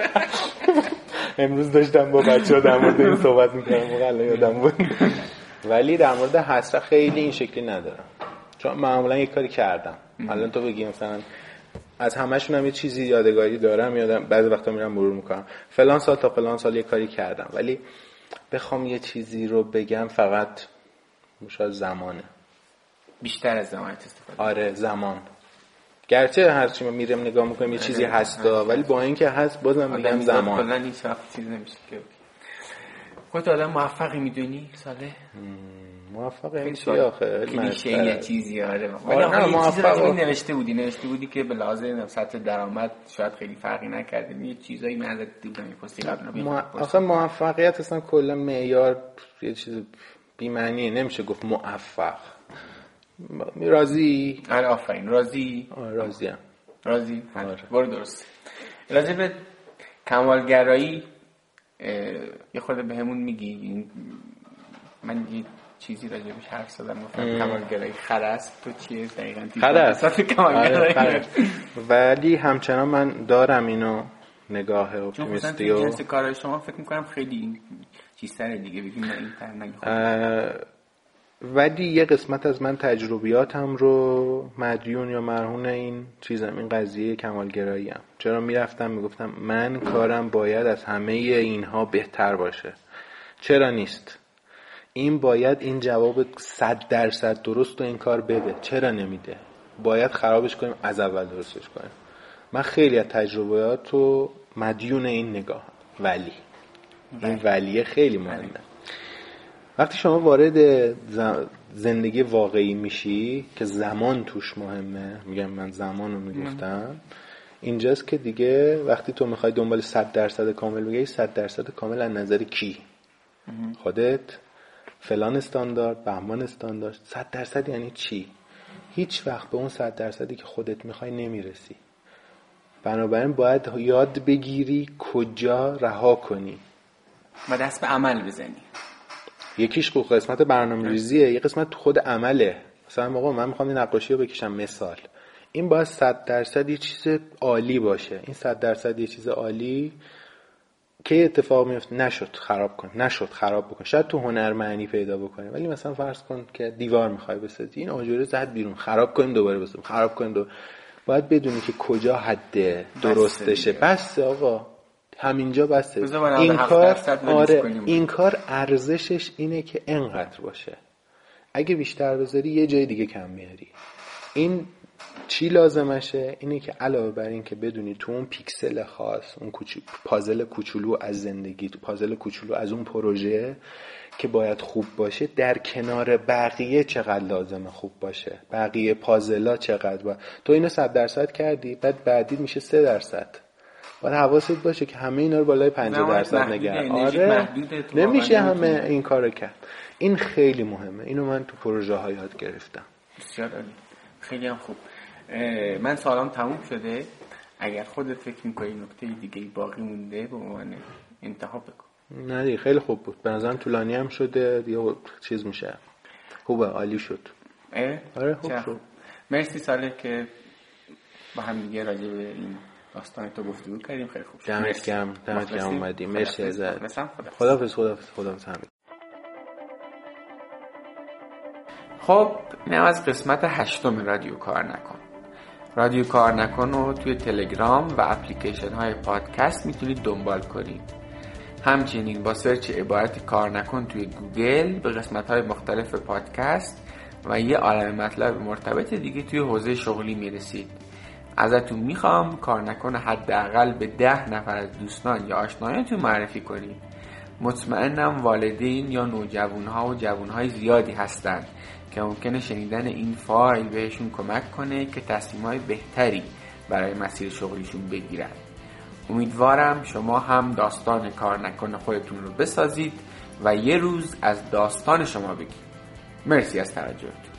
امروز داشتم با بچه‌ها در مورد این صحبت می‌کردم، واقعا یادم بود. ولی در مورد حسرت خیلی این شکلی ندارم، چون معمولا یه کاری کردم. الان تو بگی مثلا از همه‌شون هم یه چیزی یادگاری دارم، یادم بعضی وقتا میرم مرور میکنم فلان سال تا فلان سال یه کاری کردم، ولی بخوام یه چیزی رو بگم فقط شاید زمانه، بیشتر از زمان استفاده. آره زمان. گرچه هر چی ما میرم نگاه میکنیم یه چیزی هستا، ولی با اینکه هست بازم میگم زمان. کلا هیچ وقت چیز نمیشه که خودت آدم موفقی میدونی ساله؟ موفق این چی آخه؟ کلیشه یه چیزی آره. ولی آخه یه چیزی رو نوشته بودی نوشته بودی که به لحاظ سطح درآمد شاید خیلی فرقی نکرده. یه چیزایی من ازت دیدم می‌پرسی قبلا. ما... آخه موفقیت اصلا کلا معیار یه چیز بی معنیه، نمیشه گفت موفق. راضی؟ آره آفرین راضی. آره راضیم. راضی؟ آره. برو درست. راضی به کمالگرایی یه خورده بهمون میگی؟ من یه چیزی راجع بهش حرف زدم گفتم کمالگرایی خر است، تو چیه دقیقاً؟ خر است کمالگرایی. آره ولی همچنان من دارم اینو نگاه اپتیمیستی و جنس کارهای شما فکر میکنم خیلی چیزتره دیگه، بگیم نه این تر نگه. ولی یه قسمت از من تجربیاتم رو مدیون یا مرهون این چیزم، این قضیه کمالگرایی ام. چرا میرفتم میگفتم من کارم باید از همه اینها بهتر باشه. چرا نیست؟ این باید این جواب صد درصد درست و این کار بده. چرا نمیده؟ باید خرابش کنیم از اول درستش کنیم. من خیلی از تجربیات رو مدیون این نگاه هم. ولی این ولیه خیلی مهمه. وقتی شما وارد زندگی واقعی میشی که زمان توش مهمه، میگم من زمان رو میگفتم، اینجاست که دیگه وقتی تو میخوای دنبال صد درصد کامل بگی، صد درصد کامل از نظر کی؟ خودت؟ فلان استاندارد، بهمان استاندارد. صد درصد یعنی چی؟ هیچ وقت به اون صد درصدی که خودت میخوای نمیرسی. بنابراین باید یاد بگیری کجا رها کنی و دست به عمل بزنی. یکیش خود قسمت برنامه‌ریزیه، یه قسمت خود عمله. مثلا موقع من میخوام این نقاشی رو بکشم مثال، این باید صد درصد یه چیز عالی باشه. این صد درصد یه چیز عالی که اتفاق میفته نشد خراب کن، نشد خراب بکن. شاید تو هنر معنی پیدا بکنه، ولی مثلا فرض کن که دیوار میخوای بسازی، این آجوره زد بیرون، خراب کنیم دوباره بسازیم، خراب کنیم دوباره. باید بدونی که کجا حد درستشه. بس آقا همینجا بسه. این کار آره این کار ارزشش اینه که انقدر باشه. اگه بیشتر بذاری یه جای دیگه کم میاری. این چی لازمشه؟ اینه که علاوه بر این که بدونی تو اون پیکسل خاص، اون کوچولو پازل کوچولو از زندگی، تو پازل کوچولو از اون پروژه که باید خوب باشه، در کنار بقیه چقدر لازمه خوب باشه، بقیه پازلا چقدر با... تو اینو صد درصد کردی، بعد بعدی میشه سه درصد. باید حواست باشه که همه اینا رو بالای پنجاه درصد نگه. آره نمیشه همه این کارو کرد. این خیلی مهمه. اینو من تو پروژه ها یاد گرفتم. بسیار عالی. خیلی هم خوب. من سوالام تموم شده. اگر خودت فکر می‌کنی نکته دیگه باقی مونده به عنوان انتها بگو. نه دیگه خیلی خوب بود. به نظرم طولانی هم شده. دیگه چیز میشه. خوبه، عالی شد. آره خوب شد. مرسی ساله که با هم دیگه راجع به این داستان تو گفتگو کردیم. خیلی خوب شد. دمت گرم. دمت گرم اومدی. مرسی ازت. خداحافظ. خداحافظ. خداحافظ همین. خب اینم از قسمت هشتم رادیو کار نکن. رادیو کار نکن رو توی تلگرام و اپلیکیشن های پادکست میتونید دنبال کنید. همچنین با سرچ عبارت کار نکن توی گوگل به قسمت های مختلف پادکست و یه عالم مطلب مرتبط دیگه توی حوزه شغلی میرسید. ازتون میخوام کار نکن حداقل به ده نفر از دوستان یا آشنایانتون معرفی کنید. مطمئنم والدین یا نوجوانها و جوانهای زیادی هستن که ممکنه شنیدن این فایل بهشون کمک کنه که تصمیم‌های بهتری برای مسیر شغلیشون بگیرن. امیدوارم شما هم داستان کار نکن خودتون رو بسازید و یه روز از داستان شما بگید. مرسی از توجهتون.